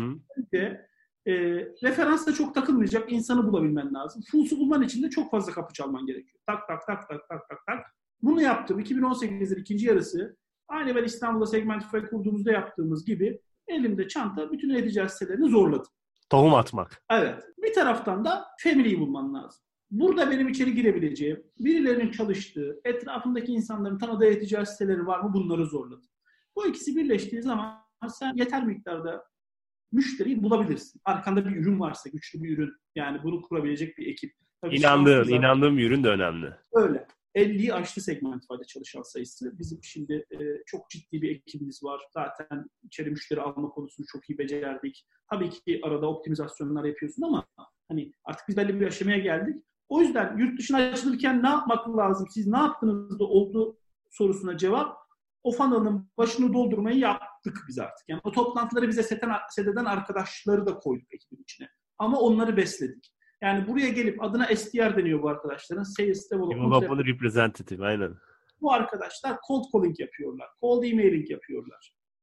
referans da çok takılmayacak insanı bulabilmen lazım. Fools'u bulman için de çok fazla kapı çalman gerekiyor. Tak tak tak tak tak tak tak. Bunu yaptım. 2018'in ikinci yarısı. Aynı ben İstanbul'da Segmentify kurduğumuzda yaptığımız gibi elimde çanta bütün e-ticaret sitelerini zorladım. Tohum atmak. Evet. Bir taraftan da family'yi bulman lazım. Burada benim içeri girebileceğim, birilerinin çalıştığı, etrafındaki insanların tanıdığı e-ticaret siteleri var mı bunları zorladım. Bu ikisi birleştiği zaman sen yeter miktarda müşteriyi bulabilirsin. Arkanda bir ürün varsa, güçlü bir ürün. Yani bunu kurabilecek bir ekip. Tabii İnandığım bir ürün de önemli. Öyle. 50'yi aştı Segmentify'da çalışan sayısı. Bizim şimdi çok ciddi bir ekibimiz var. Zaten içeri müşteri alma konusunu çok iyi becerdik. Tabii ki arada optimizasyonlar yapıyorsun ama hani artık biz belli bir aşamaya geldik. O yüzden yurt dışına açılırken ne yapmak lazım? Siz ne yaptınız da oldu sorusuna cevap. O funnel'ın başını doldurmayı yaptık biz artık. Yani o toplantıları bize set eden arkadaşları da koyduk ekibin içine. Ama onları besledik. Yani buraya gelip adına SDR deniyor bu arkadaşların. Sales Development Representative, aynen. Bu arkadaşlar cold calling yapıyorlar. Cold emailing yapıyorlar.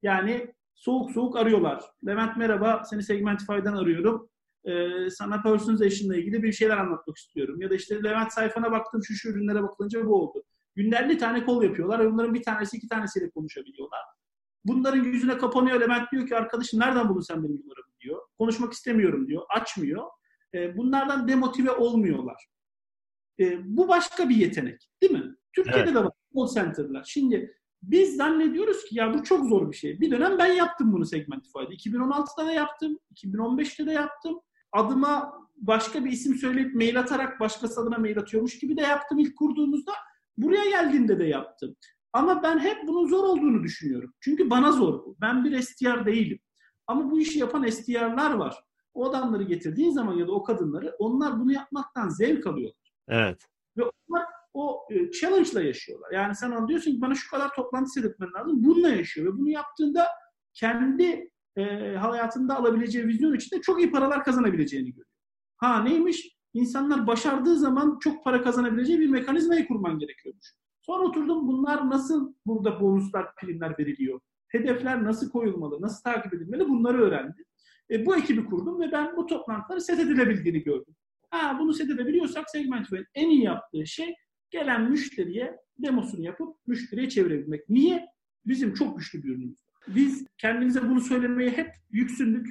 Yani soğuk soğuk arıyorlar. Levent merhaba, seni Segmentify'dan arıyorum. Sana personalization'la ilgili bir şeyler anlatmak istiyorum. Ya da işte Levent sayfana baktım, şu ürünlere bakılınca bu oldu. Günde 50 tane call yapıyorlar ve bunların bir tanesi 2 tanesiyle konuşabiliyorlar. Bunların yüzüne kapanıyor. Levent diyor ki arkadaşım nereden buldun sen benim numaramı diyor. Konuşmak istemiyorum diyor. Açmıyor. Bunlardan demotive olmuyorlar. Bu başka bir yetenek. Değil mi? Türkiye'de de var. Call center'lar. Şimdi biz zannediyoruz ki ya bu çok zor bir şey. Bir dönem ben yaptım bunu Segmentify'da. 2016'da da yaptım. 2015'te de yaptım. Adıma başka bir isim söyleyip mail atarak başkası adına mail atıyormuş gibi de yaptım ilk kurduğumuzda. Buraya geldiğimde de yaptım. Ama ben hep bunun zor olduğunu düşünüyorum. Çünkü bana zor bu. Ben bir SDR değilim. Ama bu işi yapan SDR'lar var. O adamları getirdiğin zaman ya da o kadınları, onlar bunu yapmaktan zevk alıyorlar. Evet. Ve onlar o challenge'la yaşıyorlar. Yani sen ona diyorsun ki bana şu kadar toplantı seyretmen lazım. Bununla yaşıyor. Ve bunu yaptığında kendi hayatında alabileceği vizyon içinde çok iyi paralar kazanabileceğini görüyor. Ha neymiş? İnsanlar başardığı zaman çok para kazanabileceği bir mekanizmayı kurman gerekiyormuş. Sonra oturdum bunlar nasıl burada bonuslar, primler veriliyor? Hedefler nasıl koyulmalı? Nasıl takip edilmeli? Bunları öğrendim. Bu ekibi kurdum ve ben bu toplantıları set edilebildiğini gördüm. Bunu set edebiliyorsak Segmentify'ın en iyi yaptığı şey gelen müşteriye demosunu yapıp müşteriye çevirebilmek. Niye? Bizim çok güçlü bir ürünümüz var. Biz kendimize bunu söylemeye hep yüksündük.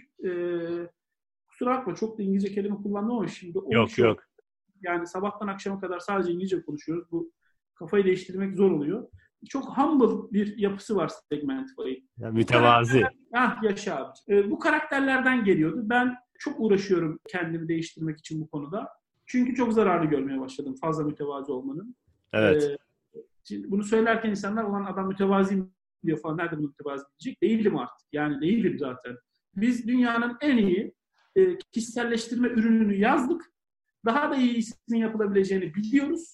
Kusura bakma çok da İngilizce kelime kullandım ama şimdi Yok. Yani sabahtan akşama kadar sadece İngilizce konuşuyoruz. Bu kafayı değiştirmek zor oluyor. Çok humble bir yapısı var Segmentify'ın. Ya, mütevazi. Yaşa abi. Bu karakterlerden geliyordu. Ben çok uğraşıyorum kendimi değiştirmek için bu konuda. Çünkü çok zararlı görmeye başladım fazla mütevazi olmanın. Evet. Şimdi bunu söylerken insanlar olan adam mütevaziyim diyor falan. Nerede bunu mütevazi diyecek? Değilim artık. Yani değilim zaten. Biz dünyanın en iyi kişiselleştirme ürününü yazdık. Daha da iyisinin yapılabileceğini biliyoruz.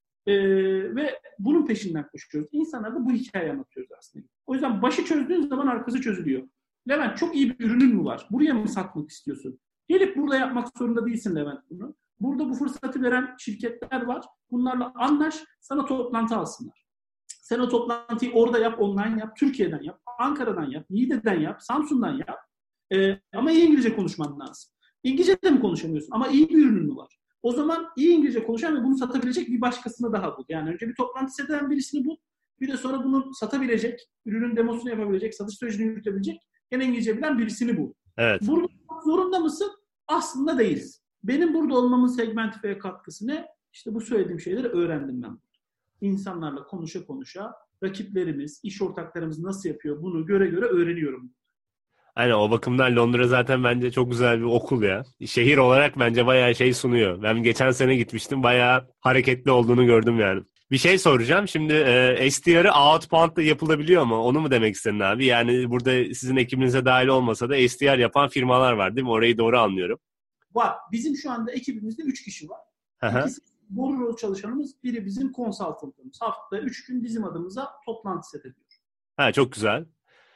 Ve bunun peşinden koşuyoruz. İnsanlara da bu hikayeyi anlatıyoruz aslında. O yüzden başı çözdüğün zaman arkası çözülüyor. Levent çok iyi bir ürünün mü var? Buraya mı satmak istiyorsun? Gelip burada yapmak zorunda değilsin Levent bunu. Burada bu fırsatı veren şirketler var. Bunlarla anlaş, sana toplantı alsınlar. Sen o toplantıyı orada yap, online yap, Türkiye'den yap, Ankara'dan yap, Niğde'den yap, Samsun'dan yap. Ama iyi İngilizce konuşman lazım. İngilizce de mi konuşamıyorsun? Ama iyi bir ürünün mü var? O zaman iyi İngilizce konuşan ve bunu satabilecek bir başkasını daha bul. Yani önce bir toplantı seten birisini bul. Bir de sonra bunu satabilecek, ürünün demosunu yapabilecek, satış sürecini yürütebilecek, gene İngilizce bilen birisini bul. Evet. Burada zorunda mısın? Aslında değiliz. Benim burada olmamın Segmentify'e katkısı ne? İşte bu söylediğim şeyleri öğrendim ben. İnsanlarla konuşa rakiplerimiz, iş ortaklarımız nasıl yapıyor bunu göre öğreniyorum. Aynen, o bakımdan Londra zaten bence çok güzel bir okul ya. Şehir olarak bence bayağı şey sunuyor. Ben geçen sene gitmiştim. Bayağı hareketli olduğunu gördüm yani. Bir şey soracağım. Şimdi SDR'ı outbound'da yapılabiliyor mu? Onu mu demek istedin abi? Yani burada sizin ekibinize dahil olmasa da SDR yapan firmalar var değil mi? Orayı doğru anlıyorum. Var. Bizim şu anda ekibimizde 3 kişi var. İkisi boru rol çalışanımız, biri bizim konsaltantımız. Haftada 3 gün bizim adımıza toplantı set ediyor. Çok güzel.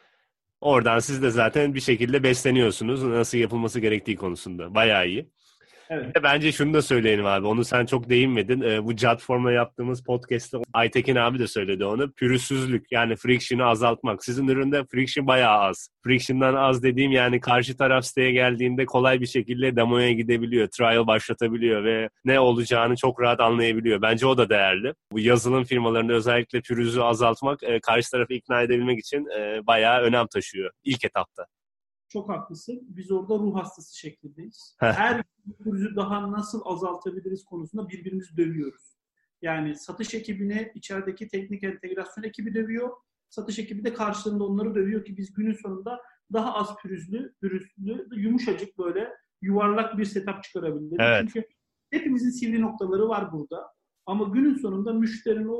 Oradan siz de zaten bir şekilde besleniyorsunuz nasıl yapılması gerektiği konusunda. Bayağı iyi. Evet. Bence şunu da söyleyelim abi. Onu sen çok değinmedin. Bu Jotform'la yaptığımız podcast'te Aytekin abi de söyledi onu. Pürüzsüzlük, yani friction'ı azaltmak. Sizin üründe friction bayağı az. Friction'dan az dediğim yani karşı taraf siteye geldiğinde kolay bir şekilde demoya gidebiliyor. Trial başlatabiliyor ve ne olacağını çok rahat anlayabiliyor. Bence o da değerli. Bu yazılım firmalarında özellikle pürüzü azaltmak karşı tarafı ikna edebilmek için bayağı önem taşıyor ilk etapta. Çok haklısın. Biz orada ruh hastası şeklindeyiz. Her pürüzü daha nasıl azaltabiliriz konusunda birbirimizi dövüyoruz. Yani satış ekibini içerideki teknik entegrasyon ekibi dövüyor. Satış ekibi de karşılığında onları dövüyor ki biz günün sonunda daha az pürüzlü, yumuşacık böyle yuvarlak bir setup çıkarabiliriz. Evet. Çünkü hepimizin sivri noktaları var burada. Ama günün sonunda müşterinin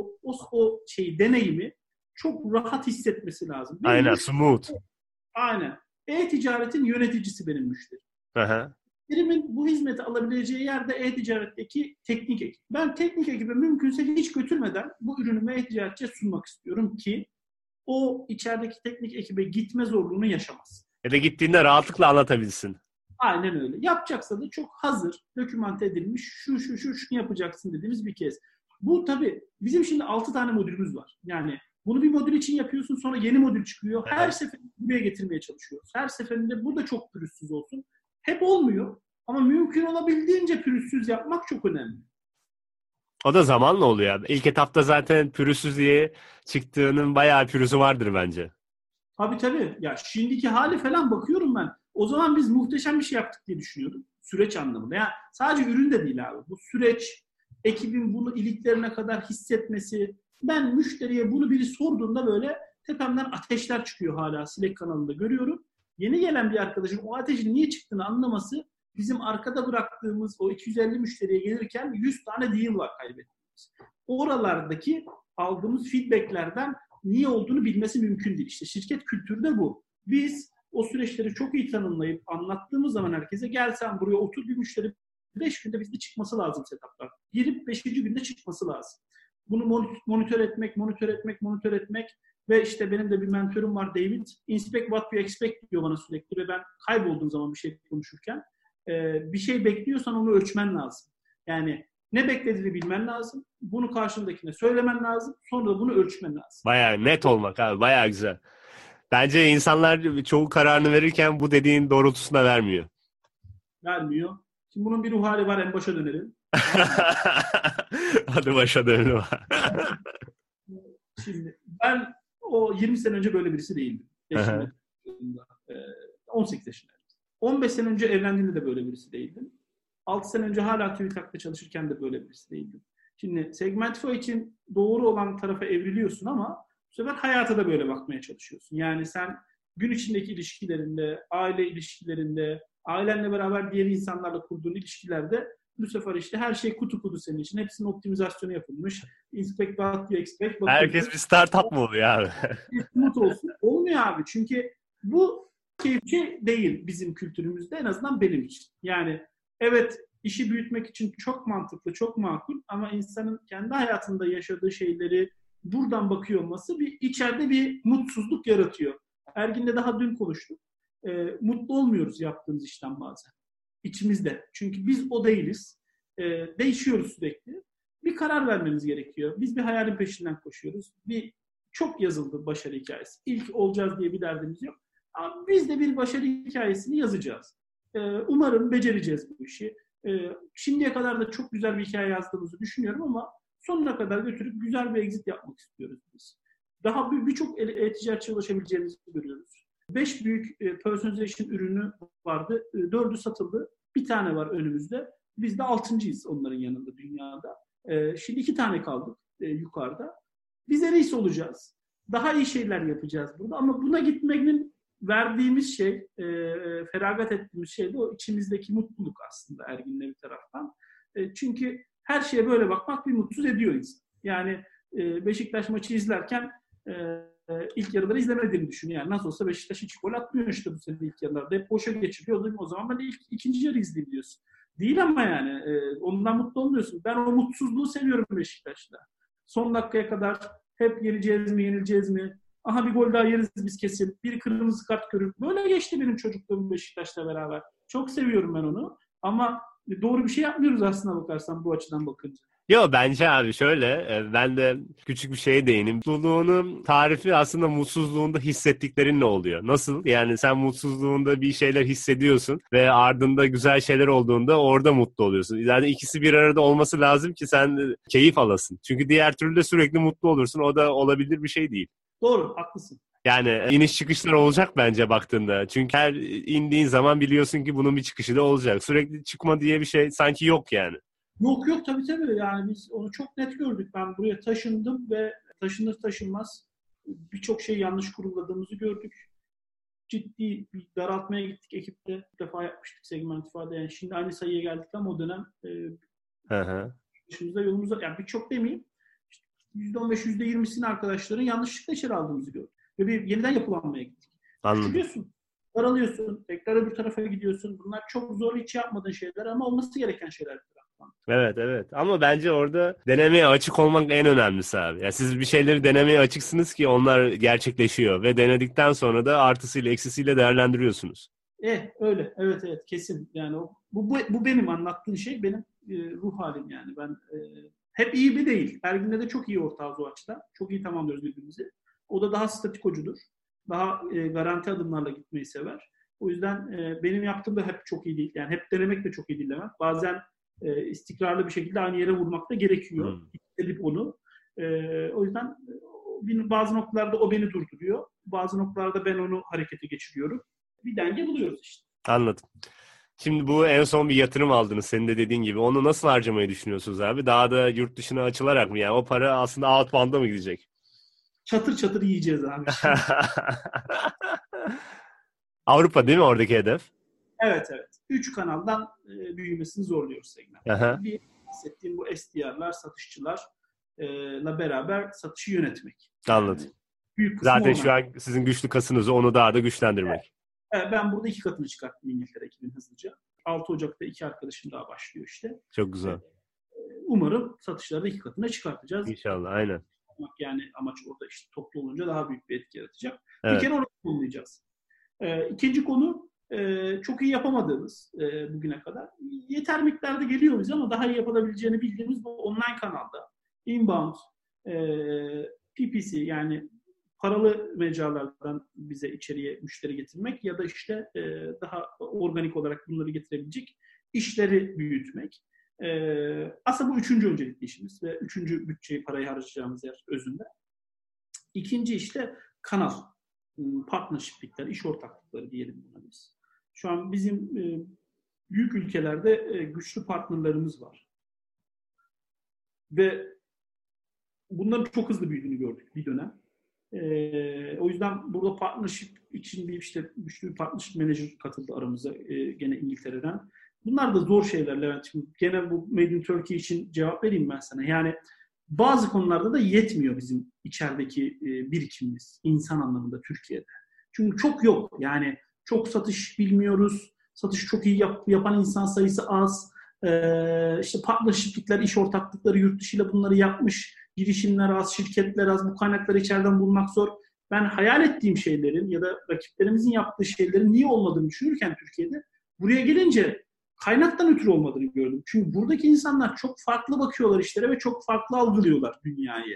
o deneyimi çok rahat hissetmesi lazım. Aynen, smooth. Aynen. E-ticaretin yöneticisi benim müşterim. Birimin bu hizmeti alabileceği yerde e-ticaretteki teknik ekip. Ben teknik ekibe mümkünse hiç götürmeden bu ürünümü e-ticaretçiye sunmak istiyorum ki o içerideki teknik ekibe gitme zorluğunu yaşamaz. Ya da gittiğinde rahatlıkla anlatabilsin. Aynen öyle. Yapacaksa da çok hazır, dokümante edilmiş, şunu yapacaksın dediğimiz bir kez. Bu tabii bizim şimdi 6 tane modülümüz var. Yani Bunu bir modül için yapıyorsun, sonra yeni modül çıkıyor. Her Evet. seferinde buraya getirmeye çalışıyoruz. Her seferinde bu da çok pürüzsüz olsun. Hep olmuyor ama mümkün olabildiğince pürüzsüz yapmak çok önemli. O da zamanla oluyor abi. İlk etapta zaten pürüzsüz diye çıktığının bayağı pürüzü vardır bence. Tabii. Ya şimdiki hali falan bakıyorum ben. O zaman biz muhteşem bir şey yaptık diye düşünüyordum. Süreç anlamında. Yani sadece ürün de değil abi. Bu süreç, ekibin bunu iliklerine kadar hissetmesi. Ben müşteriye bunu biri sorduğunda böyle tepemden ateşler çıkıyor hala Slack kanalında görüyorum. Yeni gelen bir arkadaşın o ateşin niye çıktığını anlaması bizim arkada bıraktığımız o 250 müşteriye gelirken 100 tane deal var kaybettiğimiz. Oralardaki aldığımız feedbacklerden niye olduğunu bilmesi mümkün değil. İşte şirket kültürü de bu. Biz o süreçleri çok iyi tanımlayıp anlattığımız zaman herkese gel sen buraya otur bir müşteri 5 günde bizde çıkması lazım setuplar. Girip 5. günde çıkması lazım. Bunu monitör etmek ve işte benim de bir mentorum var David. Inspect what you expect diyor bana sürekli ve ben kaybolduğum zaman bir şey konuşurken bir şey bekliyorsan onu ölçmen lazım. Yani ne beklediğini bilmen lazım. Bunu karşındakine söylemen lazım. Sonra da bunu ölçmen lazım. Bayağı net olmak abi. Bayağı güzel. Bence insanlar çoğu kararını verirken bu dediğin doğrultusunda vermiyor. Vermiyor. Şimdi bunun bir ruh hali var. En başa dönelim. Hadi başa dönelim. Şimdi ben o 20 sene önce böyle birisi değildim. 18 yaşındaydım. 15 sene önce evlendiğimde de böyle birisi değildim. 6 sene önce hala TÜBİTAK'ta çalışırken de böyle birisi değildim. Şimdi Segmentify için doğru olan tarafa evriliyorsun ama bu sefer hayata da böyle bakmaya çalışıyorsun. Yani sen gün içindeki ilişkilerinde, aile ilişkilerinde, ailenle beraber diğer insanlarla kurduğun ilişkilerde bu sefer işte her şey kutu senin için. Hepsinin optimizasyonu yapılmış. Inspect what you expect. Herkes bir startup mı oluyor abi? Umut olsun. Olmuyor abi. Çünkü bu keyifli değil bizim kültürümüzde. En azından benim için. Yani evet işi büyütmek için çok mantıklı, çok makul ama insanın kendi hayatında yaşadığı şeyleri buradan bakıyor olması içeride bir mutsuzluk yaratıyor. Ergin'le daha dün konuştuk. Mutlu olmuyoruz yaptığımız işten bazen. İçimizde. Çünkü biz o değiliz. Değişiyoruz sürekli. Bir karar vermemiz gerekiyor. Biz bir hayalin peşinden koşuyoruz. Çok yazıldı başarı hikayesi. İlk olacağız diye bir derdimiz yok. Ama biz de bir başarı hikayesini yazacağız. Umarım becereceğiz bu işi. Şimdiye kadar da çok güzel bir hikaye yazdığımızı düşünüyorum ama sonuna kadar götürüp güzel bir exit yapmak istiyoruz biz. Daha birçok e-ticaretçiye ulaşabileceğimizi görüyoruz. 5 büyük personalization ürünü vardı. 4'ü satıldı. Bir tane var önümüzde. Biz de 6.'yız onların yanında dünyada. Şimdi 2 tane kaldık yukarıda. Biz en iyisi olacağız. Daha iyi şeyler yapacağız burada ama buna gitmenin verdiğimiz şey, feragat ettiğimiz şey de o içimizdeki mutluluk aslında Ergin'le bir taraftan. Çünkü her şeye böyle bakmak bir mutsuz ediyor insan. Yani Beşiktaş maçı izlerken ilk yarıları izlemediğini düşün. Yani nasıl olsa Beşiktaş hiç gol atmıyor işte bu sene ilk yarılarda. Hep boşa geçiriyor. O zaman ben ikinci yarı izleyeyim diyorsun. Değil ama yani ondan mutlu olmuyorsun. Ben o mutsuzluğu seviyorum Beşiktaş'ta. Son dakikaya kadar hep yenileceğiz mi? Aha bir gol daha yeriz biz kesin. Bir kırmızı kart görür. Böyle geçti benim çocukluğum Beşiktaş'la beraber. Çok seviyorum ben onu. Ama doğru bir şey yapmıyoruz aslına bakarsan bu açıdan bakınca. Yo bence abi şöyle ben de küçük bir şeye değineyim. Mutluluğunun tarifi aslında mutsuzluğunda hissettiklerinle oluyor. Nasıl? Yani sen mutsuzluğunda bir şeyler hissediyorsun ve ardında güzel şeyler olduğunda orada mutlu oluyorsun. Yani ikisi bir arada olması lazım ki sen keyif alasın. Çünkü diğer türlü de sürekli mutlu olursun. O da olabilir bir şey değil. Doğru, haklısın. Yani iniş çıkışlar olacak bence baktığında. Çünkü her indiğin zaman biliyorsun ki bunun bir çıkışı da olacak. Sürekli çıkma diye bir şey sanki yok yani. Yok tabii yani biz onu çok net gördük. Ben buraya taşındım ve taşınır taşınmaz birçok şey yanlış kurguladığımızı gördük. Ciddi bir daraltmaya gittik ekipte. Bir defa yapmıştık Segmentify'da. Yani şimdi aynı sayıya geldik ama o dönem başımızda yolumuzda yani birçok demeyeyim. İşte %15, %20'sini arkadaşların yanlışlıkla içeri aldığımızı gördük. Ve bir yeniden yapılanmaya gittik. Küçülüyorsun, daralıyorsun, tekrar öbür tarafa gidiyorsun. Bunlar çok zor hiç yapmadığın şeyler ama olması gereken şeyler. Evet. Ama bence orada denemeye açık olmak en önemlisi abi. Yani siz bir şeyleri denemeye açıksınız ki onlar gerçekleşiyor ve denedikten sonra da artısıyla eksisiyle değerlendiriyorsunuz. Öyle. Evet kesin. Yani bu benim anlattığım şey benim ruh halim yani. Ben Hep iyi bir değil. Ergin'le de çok iyi ortağız o açıdan. Çok iyi tamamlıyoruz birbirimizi. O da daha statikocudur. Daha garanti adımlarla gitmeyi sever. O yüzden benim yaptığım da hep çok iyi değil. Yani hep denemek de çok iyi değil demek. Bazen istikrarlı bir şekilde aynı yere vurmak da gerekiyor. Edip onu. O yüzden bazı noktalarda o beni durduruyor. Bazı noktalarda ben onu harekete geçiriyorum. Bir denge buluyoruz işte. Anladım. Şimdi bu en son bir yatırım aldınız senin de dediğin gibi. Onu nasıl harcamayı düşünüyorsunuz abi? Daha da yurt dışına açılarak mı? Yani o para aslında outbound'a mı gidecek? Çatır çatır yiyeceğiz abi. Avrupa değil mi oradaki hedef? Evet. 3 kanaldan büyümesini zorluyoruz segment. Aha. Bir bahsettiğim bu SDR'lar, satışçılarla beraber satışı yönetmek. Anladım. Büyük kısmı Zaten onlar. şu an sizin güçlü kasınızı onu daha da güçlendirmek. Ben burada 2 katını çıkarttım İngiltere ekibinin hızlıca. 6 Ocak'ta 2 arkadaşım daha başlıyor işte. Çok güzel. Umarım satışları da 2 katına çıkartacağız. İnşallah, aynen. Yani amaç orada işte toplu olunca daha büyük bir etki yaratacak. Evet. Bir kere orayı kullanacağız. İkinci konu çok iyi yapamadığımız bugüne kadar. Yeter miktarda geliyor bize ama daha iyi yapılabileceğini bildiğimiz bu online kanalda. Inbound, PPC yani paralı mecralardan bize içeriye müşteri getirmek ya da işte daha organik olarak bunları getirebilecek işleri büyütmek. Aslında bu 3. öncelikli işimiz ve 3. bütçeyi, parayı harcayacağımız yer özünde. İkinci işte kanal, partnership'likler, iş ortaklıkları diyelim buna biz. Şu an bizim büyük ülkelerde güçlü partnerlerimiz var. Ve bunların çok hızlı büyüdüğünü gördük bir dönem. O yüzden burada partnership için bir işte güçlü bir partnership manager katıldı aramıza gene İngiltere'den. Bunlar da zor şeyler Levent. Şimdi gene bu Made in Turkey için cevap vereyim ben sana. Yani bazı konularda da yetmiyor bizim içerideki birikimimiz insan anlamında Türkiye'de. Çünkü çok yok. Yani çok satış bilmiyoruz. Satış çok iyi yapan insan sayısı az. İşte partnership'likler, iş ortaklıkları yurt dışıyla bunları yapmış. Girişimler az, şirketler az. Bu kaynakları içeriden bulmak zor. Ben hayal ettiğim şeylerin ya da rakiplerimizin yaptığı şeylerin niye olmadığını düşünürken Türkiye'de buraya gelince kaynaktan ötürü olmadığını gördüm. Çünkü buradaki insanlar çok farklı bakıyorlar işlere ve çok farklı algılıyorlar dünyayı.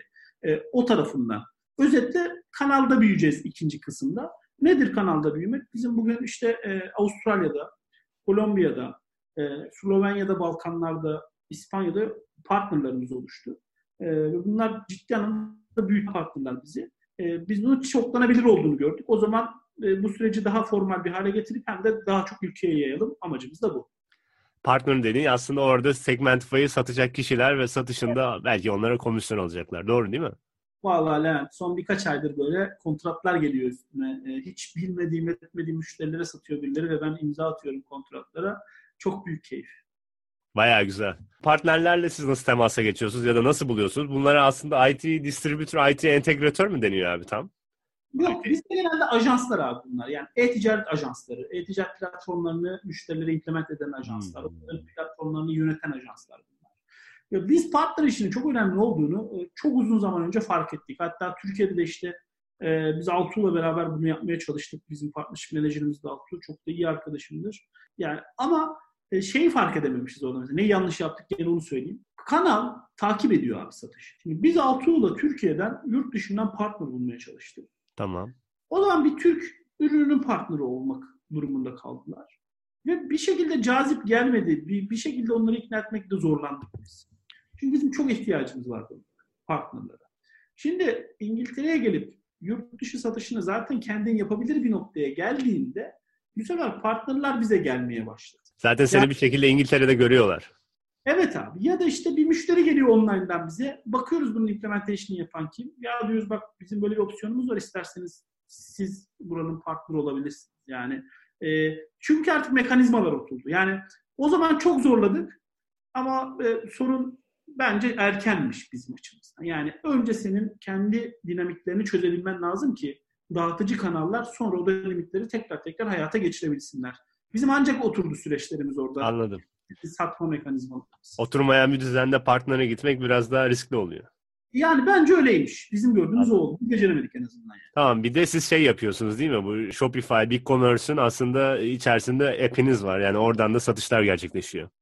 O tarafından. Özetle kanalda büyüyeceğiz ikinci kısımda. Nedir kanalda büyümek? Bizim bugün işte Avustralya'da, Kolombiya'da, Slovenya'da, Balkanlar'da, İspanya'da partnerlerimiz oluştu. Bunlar ciddi anlamda büyük partnerler bizi. Biz bunun çoklanabilir olduğunu gördük. O zaman bu süreci daha formal bir hale getirip hem de daha çok ülkeye yayalım. Amacımız da bu. Partner dediğin aslında orada Segmentify'ı satacak kişiler ve satışında belki onlara komisyon alacaklar. Doğru değil mi? Vallahi Levent, son birkaç aydır böyle kontratlar geliyor üstüme. Hiç bilmediğim, etmediğim müşterilere satıyor birileri ve ben imza atıyorum kontratlara. Çok büyük keyif. Bayağı güzel. Partnerlerle siz nasıl temasa geçiyorsunuz ya da nasıl buluyorsunuz? Bunlara aslında IT distribütör, IT entegratör mü deniyor abi tam? Yok, bizde genelde ajanslar abi bunlar. Yani e-ticaret ajansları, e-ticaret platformlarını müşterilere implement eden ajanslar, onların platformlarını yöneten ajanslar bunlar. Ya biz partner işinin çok önemli olduğunu çok uzun zaman önce fark ettik. Hatta Türkiye'de de işte biz Altuğ'la beraber bunu yapmaya çalıştık. Bizim partnership menajerimiz de Altuğ. Çok da iyi arkadaşımdır. Yani ama şeyi fark edememişiz orada mesela. Neyi yanlış yaptık gene onu söyleyeyim. Kanal takip ediyor abi satış. Şimdi biz Altuğ'la Türkiye'den yurt dışından partner bulmaya çalıştık. Tamam. O zaman bir Türk ürününün partneri olmak durumunda kaldılar. Ve bir şekilde cazip gelmedi. Bir şekilde onları ikna etmekte zorlandık biz. Çünkü bizim çok ihtiyacımız vardı partnerlere. Şimdi İngiltere'ye gelip yurt dışı satışını zaten kendin yapabilir bir noktaya geldiğinde bu sefer partnerler bize gelmeye başladı. Zaten seni bir şekilde İngiltere'de görüyorlar. Evet abi. Ya da işte bir müşteri geliyor online'dan bize. Bakıyoruz bunun implementation'ı yapan kim? Ya diyoruz bak bizim böyle bir opsiyonumuz var. İsterseniz siz buranın partneri olabilirsiniz. Yani çünkü artık mekanizmalar oturdu. Yani o zaman çok zorladık ama sorun bence erkenmiş bizim açımızdan. Yani önce senin kendi dinamiklerini çözebilmen lazım ki dağıtıcı kanallar sonra o dinamikleri tekrar hayata geçirebilsinler. Bizim ancak oturdu süreçlerimiz orada. Anladım. Satma mekanizmalarımız. Oturmayan bir düzende partnere gitmek biraz daha riskli oluyor. Yani bence öyleymiş. Bizim gördüğümüz o oldu. Beceremedik en azından. Yani. Tamam, bir de siz şey yapıyorsunuz değil mi? Bu Shopify, BigCommerce'ın aslında içerisinde app'iniz var. Yani oradan da satışlar gerçekleşiyor.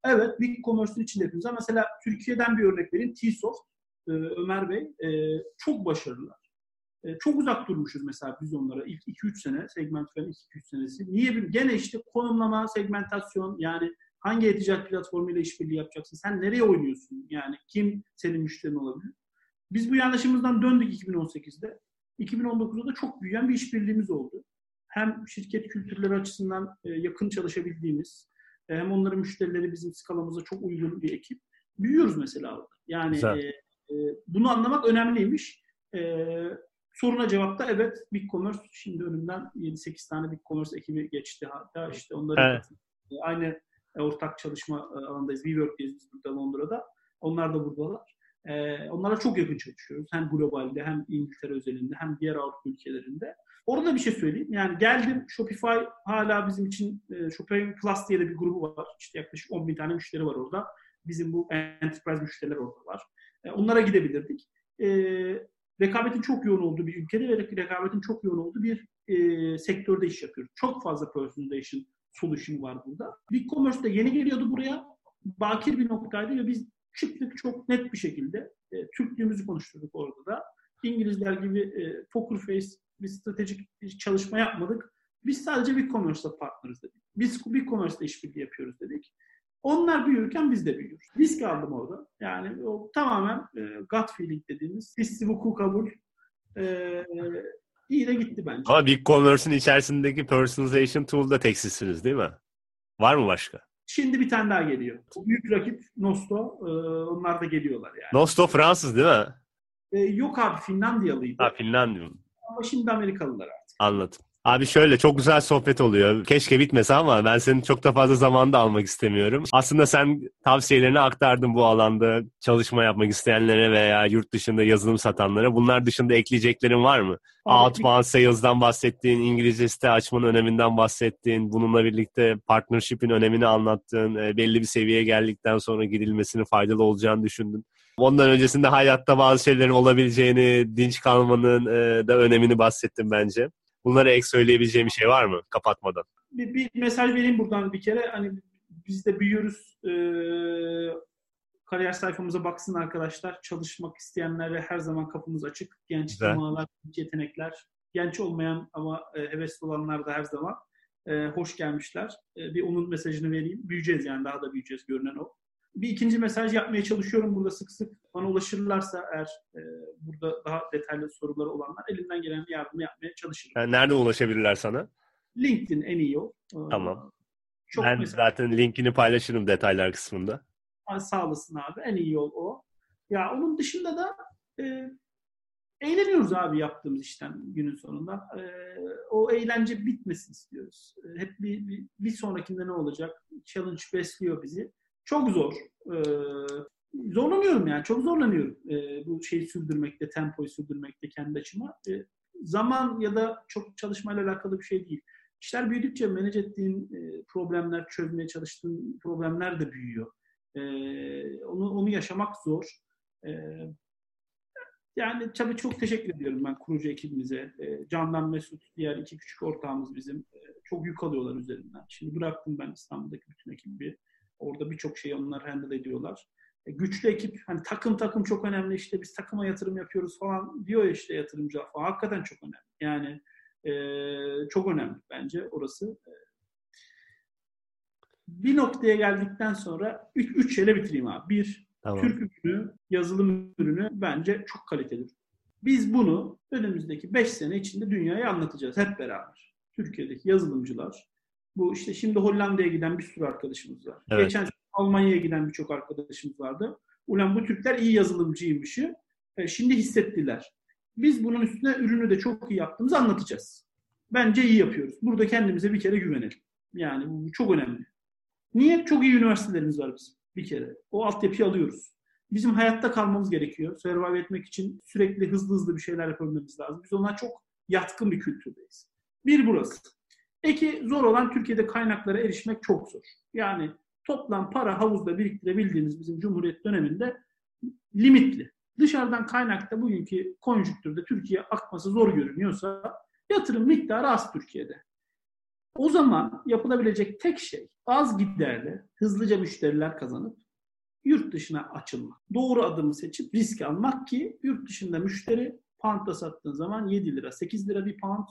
Evet, Big Commerce'ın içinde yapıyoruz. Ama mesela Türkiye'den bir örnek vereyim. T-Soft, Ömer Bey çok başarılılar. Çok uzak durmuşuz mesela biz onlara. İlk 2-3 sene, Segmentify'ın ilk 2-3 senesi. Niye? Gene işte konumlama, segmentasyon, yani hangi e-ticaret platformuyla işbirliği yapacaksın? Sen nereye oynuyorsun? Yani kim senin müşterin olabilir? Biz bu yanlışımızdan döndük 2018'de. 2019'da da çok büyüyen bir işbirliğimiz oldu. Hem şirket kültürleri açısından yakın çalışabildiğimiz, hem onların müşterileri bizim skalamıza çok uygun bir ekip. Büyüyoruz mesela orada. Yani bunu anlamak önemliymiş. Soruna cevap da evet, Big Commerce şimdi önümden 7-8 tane Big Commerce ekibi geçti. Hatta işte onların aynı ortak çalışma alanındayız. WeWork'teyiz biz burada Londra'da. Onlar da buradalar. Onlarla çok yakın çalışıyoruz. Hem globalde hem İngiltere özelinde hem diğer Avrupa ülkelerinde. Orada bir şey söyleyeyim. Yani geldim, Shopify hala bizim için Shopify Plus diye de bir grubu var. İşte yaklaşık 10.000 tane müşteri var orada. Bizim bu enterprise müşteriler orada var. Onlara gidebilirdik. Rekabetin çok yoğun olduğu bir ülkede ve rekabetin çok yoğun olduğu bir sektörde iş yapıyoruz. Çok fazla personalization solution var burada. Big Commerce de yeni geliyordu buraya. Bakir bir noktaydı ve biz çıktık çok net bir şekilde. Türklüğümüzü konuşturduk orada da. İngilizler gibi poker face bir stratejik bir çalışma yapmadık. Biz sadece Big Commerce'la partneriz dedik. Biz Big Commerce'la işbirliği yapıyoruz dedik. Onlar büyürken biz de büyüyoruz. Risk aldım orada. Yani o tamamen gut feeling dediğimiz hissi vuku kabul iyi de gitti bence. Ama Big Commerce'ın içerisindeki personalization tool'da tek sizsiniz değil mi? Var mı başka? Şimdi bir tane daha geliyor. Büyük rakip Nosto. Onlar da geliyorlar yani. Nosto Fransız değil mi? Yok abi, Finlandiyalıydı. Ha, Finlandiya. Ama şimdi Amerikalılar artık. Anladım. Abi şöyle çok güzel sohbet oluyor. Keşke bitmese ama ben senin çok da fazla zamanını da almak istemiyorum. Aslında sen tavsiyelerini aktardın bu alanda çalışma yapmak isteyenlere veya yurt dışında yazılım satanlara. Bunlar dışında ekleyeceklerin var mı? Outbound sales'dan bahsettiğin, İngilizce site açmanın öneminden bahsettiğin, bununla birlikte partnership'in önemini anlattığın, belli bir seviyeye geldikten sonra gidilmesinin faydalı olacağını düşündün. Ondan öncesinde hayatta bazı şeylerin olabileceğini, dinç kalmanın da önemini bahsettim bence. Bunlara ek söyleyebileceğim bir şey var mı kapatmadan? Bir mesaj vereyim buradan bir kere. Hani biz de büyüyoruz. Kariyer sayfamıza baksın arkadaşlar. Çalışmak isteyenlere her zaman kapımız açık. Genç dimağlar, yetenekler. Genç olmayan ama hevesli olanlar da her zaman hoş gelmişler. Bir onun mesajını vereyim. Büyüyeceğiz yani, daha da büyüyeceğiz, görünen o. Bir ikinci mesaj yapmaya çalışıyorum burada sık sık. Bana ulaşırlarsa eğer burada daha detaylı soruları olanlar, elimden gelen yardımı yapmaya çalışırım. Yani nerede ulaşabilirler sana? LinkedIn en iyi yol. Tamam. Çok Ben zaten linkini paylaşırım detaylar kısmında. Sağ olasın abi. En iyi yol o. Ya onun dışında da eğleniyoruz abi yaptığımız işten günün sonunda. O eğlence bitmesin istiyoruz. Hep bir sonrakinde ne olacak? Challenge besliyor bizi. Çok zor. Zorlanıyorum yani. Çok zorlanıyorum bu şeyi sürdürmekte, tempoyu sürdürmekte kendi açıma. Zaman ya da çok çalışmayla alakalı bir şey değil. İşler büyüdükçe manage ettiğin problemler, çözmeye çalıştığın problemler de büyüyor. Onu yaşamak zor. Yani tabii çok teşekkür ediyorum ben kurucu ekibimize. Candan, Mesut, diğer iki küçük ortağımız bizim. Çok yük alıyorlar üzerinden. Şimdi bıraktım ben İstanbul'daki bütün ekibi. Orada birçok şeyi onlar handle ediyorlar. Güçlü ekip, hani takım çok önemli, işte biz takıma yatırım yapıyoruz falan diyor ya işte yatırımcılar falan. Hakikaten çok önemli. Yani çok önemli bence orası. Bir noktaya geldikten sonra 3 şeyle bitireyim abi. Bir, tamam. Türk ürünü, yazılım ürünü bence çok kaliteli. Biz bunu önümüzdeki 5 sene içinde dünyaya anlatacağız hep beraber. Türkiye'deki yazılımcılar, bu işte şimdi Hollanda'ya giden bir sürü arkadaşımız var. Evet. Geçen Almanya'ya giden birçok arkadaşımız vardı. Ulan bu Türkler iyi yazılımcıymışı şimdi hissettiler. Biz bunun üstüne ürünü de çok iyi yaptığımızı anlatacağız. Bence iyi yapıyoruz. Burada kendimize bir kere güvenelim. Yani bu çok önemli. Niye? Çok iyi üniversitelerimiz var bizim bir kere. O altyapıyı alıyoruz. Bizim hayatta kalmamız gerekiyor. Survive etmek için sürekli hızlı bir şeyler yapabilmemiz lazım. Biz ona çok yatkın bir kültürdeyiz. Bir burası. İki, zor olan Türkiye'de kaynaklara erişmek çok zor. Yani toplam para havuzda biriktirebildiğimiz bizim Cumhuriyet döneminde limitli. Dışarıdan kaynakta bugünkü konjüktürde Türkiye akması zor görünüyorsa yatırım miktarı az Türkiye'de. O zaman yapılabilecek tek şey az giderli, hızlıca müşteriler kazanıp yurt dışına açılmak. Doğru adımı seçip risk almak ki yurt dışında müşteri pound'da sattığın zaman 7 lira, 8 lira bir pound,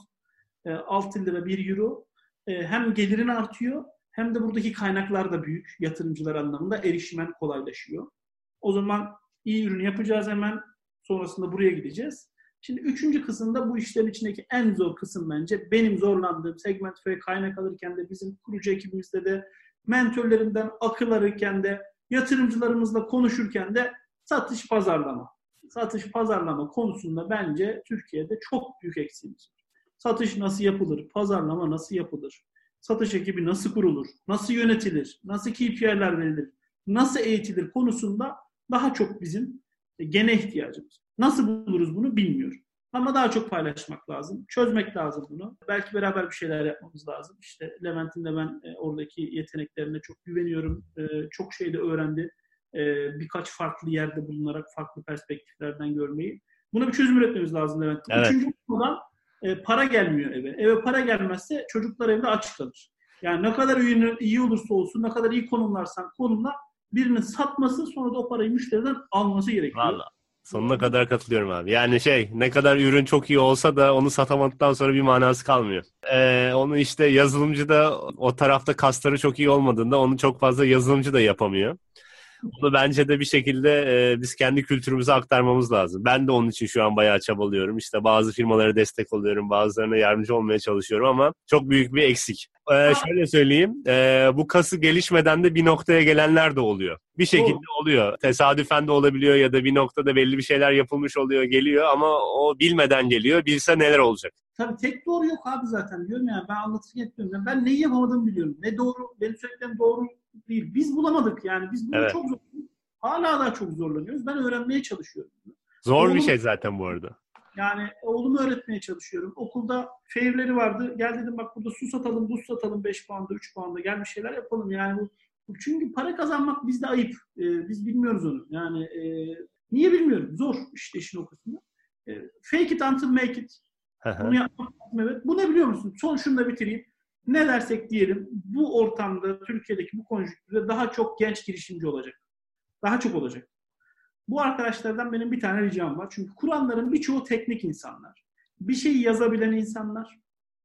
6 lira bir euro. Hem gelirin artıyor hem de buradaki kaynaklar da büyük. Yatırımcılar anlamında erişimen kolaylaşıyor. O zaman iyi ürün yapacağız hemen. Sonrasında buraya gideceğiz. Şimdi üçüncü kısımda bu işlerin içindeki en zor kısım bence benim zorlandığım Segmentify kaynak alırken de bizim kurucu ekibimizde de mentörlerimden akıl alırken de yatırımcılarımızla konuşurken de satış pazarlama. Satış pazarlama konusunda bence Türkiye'de çok büyük eksiğimiz var. Satış nasıl yapılır? Pazarlama nasıl yapılır? Satış ekibi nasıl kurulur? Nasıl yönetilir? Nasıl KPI'ler verilir? Nasıl eğitilir konusunda daha çok bizim gene ihtiyacımız. Nasıl buluruz bunu bilmiyorum. Ama daha çok paylaşmak lazım. Çözmek lazım bunu. Belki beraber bir şeyler yapmamız lazım. İşte Levent'in de ben oradaki yeteneklerine çok güveniyorum. Çok şey de öğrendi. Birkaç farklı yerde bulunarak farklı perspektiflerden görmeyi. Buna bir çözüm üretmemiz lazım Levent. Evet. Üçüncü konudan para gelmiyor eve. Eve para gelmezse çocuklar evde aç kalır. Yani ne kadar iyi olursa olsun, ne kadar iyi konumlarsan konumla birinin satması sonra da o parayı müşteriden alması gerekiyor. Vallahi sonuna kadar katılıyorum abi. Yani ne kadar ürün çok iyi olsa da onu satamadıktan sonra bir manası kalmıyor. Onu işte yazılımcı da o tarafta kasları çok iyi olmadığında onu çok fazla yazılımcı da yapamıyor. Bunu bence de bir şekilde biz kendi kültürümüze aktarmamız lazım. Ben de onun için şu an bayağı çabalıyorum. İşte bazı firmalara destek oluyorum, bazılarına yardımcı olmaya çalışıyorum ama çok büyük bir eksik. Şöyle söyleyeyim, bu kası gelişmeden de bir noktaya gelenler de oluyor. Bir şekilde oluyor. Tesadüfen de olabiliyor ya da bir noktada belli bir şeyler yapılmış oluyor, geliyor ama o bilmeden geliyor. Bilse neler olacak? Tabii tek doğru yok abi zaten diyorum ya. Ben anlatırken etmiyorum. Ben neyi yapamadığımı biliyorum. Ne doğru, benim söylediklerim doğru değil. Biz bulamadık yani. Biz bunu çok zor. Hala daha çok zorlanıyoruz. Ben öğrenmeye çalışıyorum. Zor bir şey zaten bu arada. Yani oğlumu öğretmeye çalışıyorum. Okulda fairleri vardı. Gel dedim bak burada su satalım, buz satalım 5 puanda, 3 puanda. Gel bir şeyler yapalım. Yani çünkü para kazanmak bizde ayıp. Biz bilmiyoruz onu. Yani niye bilmiyorum. Zor işte işin o kısmı. Fake it until make it. Bunu yapmak lazım, evet. Bu ne biliyor musun? Son şunu da bitireyim. Ne dersek diyelim bu ortamda Türkiye'deki bu konjonktürde daha çok genç girişimci olacak. Daha çok olacak. Bu arkadaşlardan benim bir tane ricam var. Çünkü kuranların birçoğu teknik insanlar. Bir şeyi yazabilen insanlar.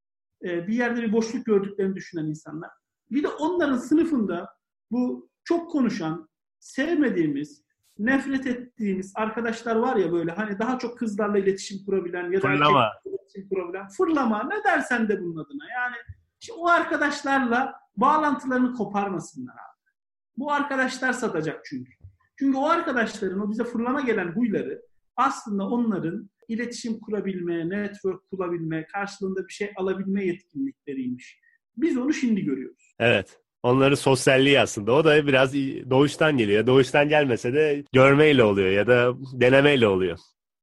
Bir yerde bir boşluk gördüklerini düşünen insanlar. Bir de onların sınıfında bu çok konuşan, sevmediğimiz, nefret ettiğimiz arkadaşlar var ya böyle hani daha çok kızlarla iletişim kurabilen ya da erkeklerle iletişim kurabilen, fırlama ne dersen de bunun adına. Yani işte o arkadaşlarla bağlantılarını koparmasınlar abi. Bu arkadaşlar satacak çünkü. Çünkü o arkadaşların o bize fırlama gelen huyları aslında onların iletişim kurabilme, network kurabilme, karşılığında bir şey alabilme yetkinlikleriymiş. Biz onu şimdi görüyoruz. Evet. Onların sosyalliği aslında. O da biraz doğuştan geliyor. Doğuştan gelmese de görmeyle oluyor ya da denemeyle oluyor.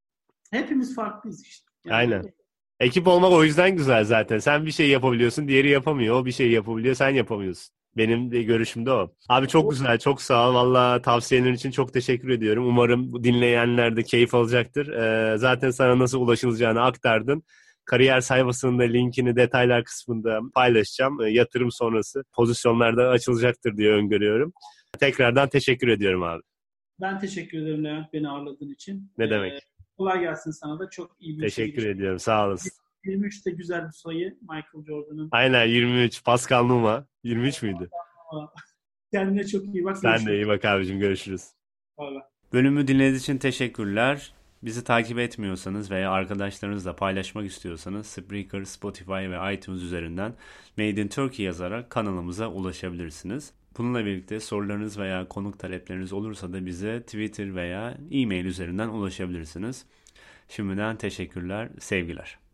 Hepimiz farklıyız işte. Yani aynen. Ekip olmak o yüzden güzel zaten. Sen bir şey yapabiliyorsun, diğeri yapamıyor. O bir şey yapabiliyor, sen yapamıyorsun. Benim de görüşüm de o. Abi çok güzel, çok sağ ol. Valla tavsiyelerin için çok teşekkür ediyorum. Umarım dinleyenler de keyif alacaktır. Zaten sana nasıl ulaşılacağını aktardın. Kariyer sayfasının da linkini detaylar kısmında paylaşacağım. Yatırım sonrası pozisyonlarda açılacaktır diye öngörüyorum. Tekrardan teşekkür ediyorum abi. Ben teşekkür ederim Levent beni ağırladığın için. Ne demek? Kolay gelsin sana da. Çok iyi bir teşekkür ediyorum. Sağ olasın. 23 de güzel bir sayı Michael Jordan'ın. Aynen 23. Pascal Numa. 23 müydü? Kendine çok iyi bak. Sen de iyi bak abicim. Görüşürüz. Bay. Bölümü dinlediğiniz için teşekkürler. Bizi takip etmiyorsanız veya arkadaşlarınızla paylaşmak istiyorsanız Spreaker, Spotify ve iTunes üzerinden Made in Turkey yazarak kanalımıza ulaşabilirsiniz. Bununla birlikte sorularınız veya konuk talepleriniz olursa da bize Twitter veya e-mail üzerinden ulaşabilirsiniz. Şimdiden teşekkürler, sevgiler.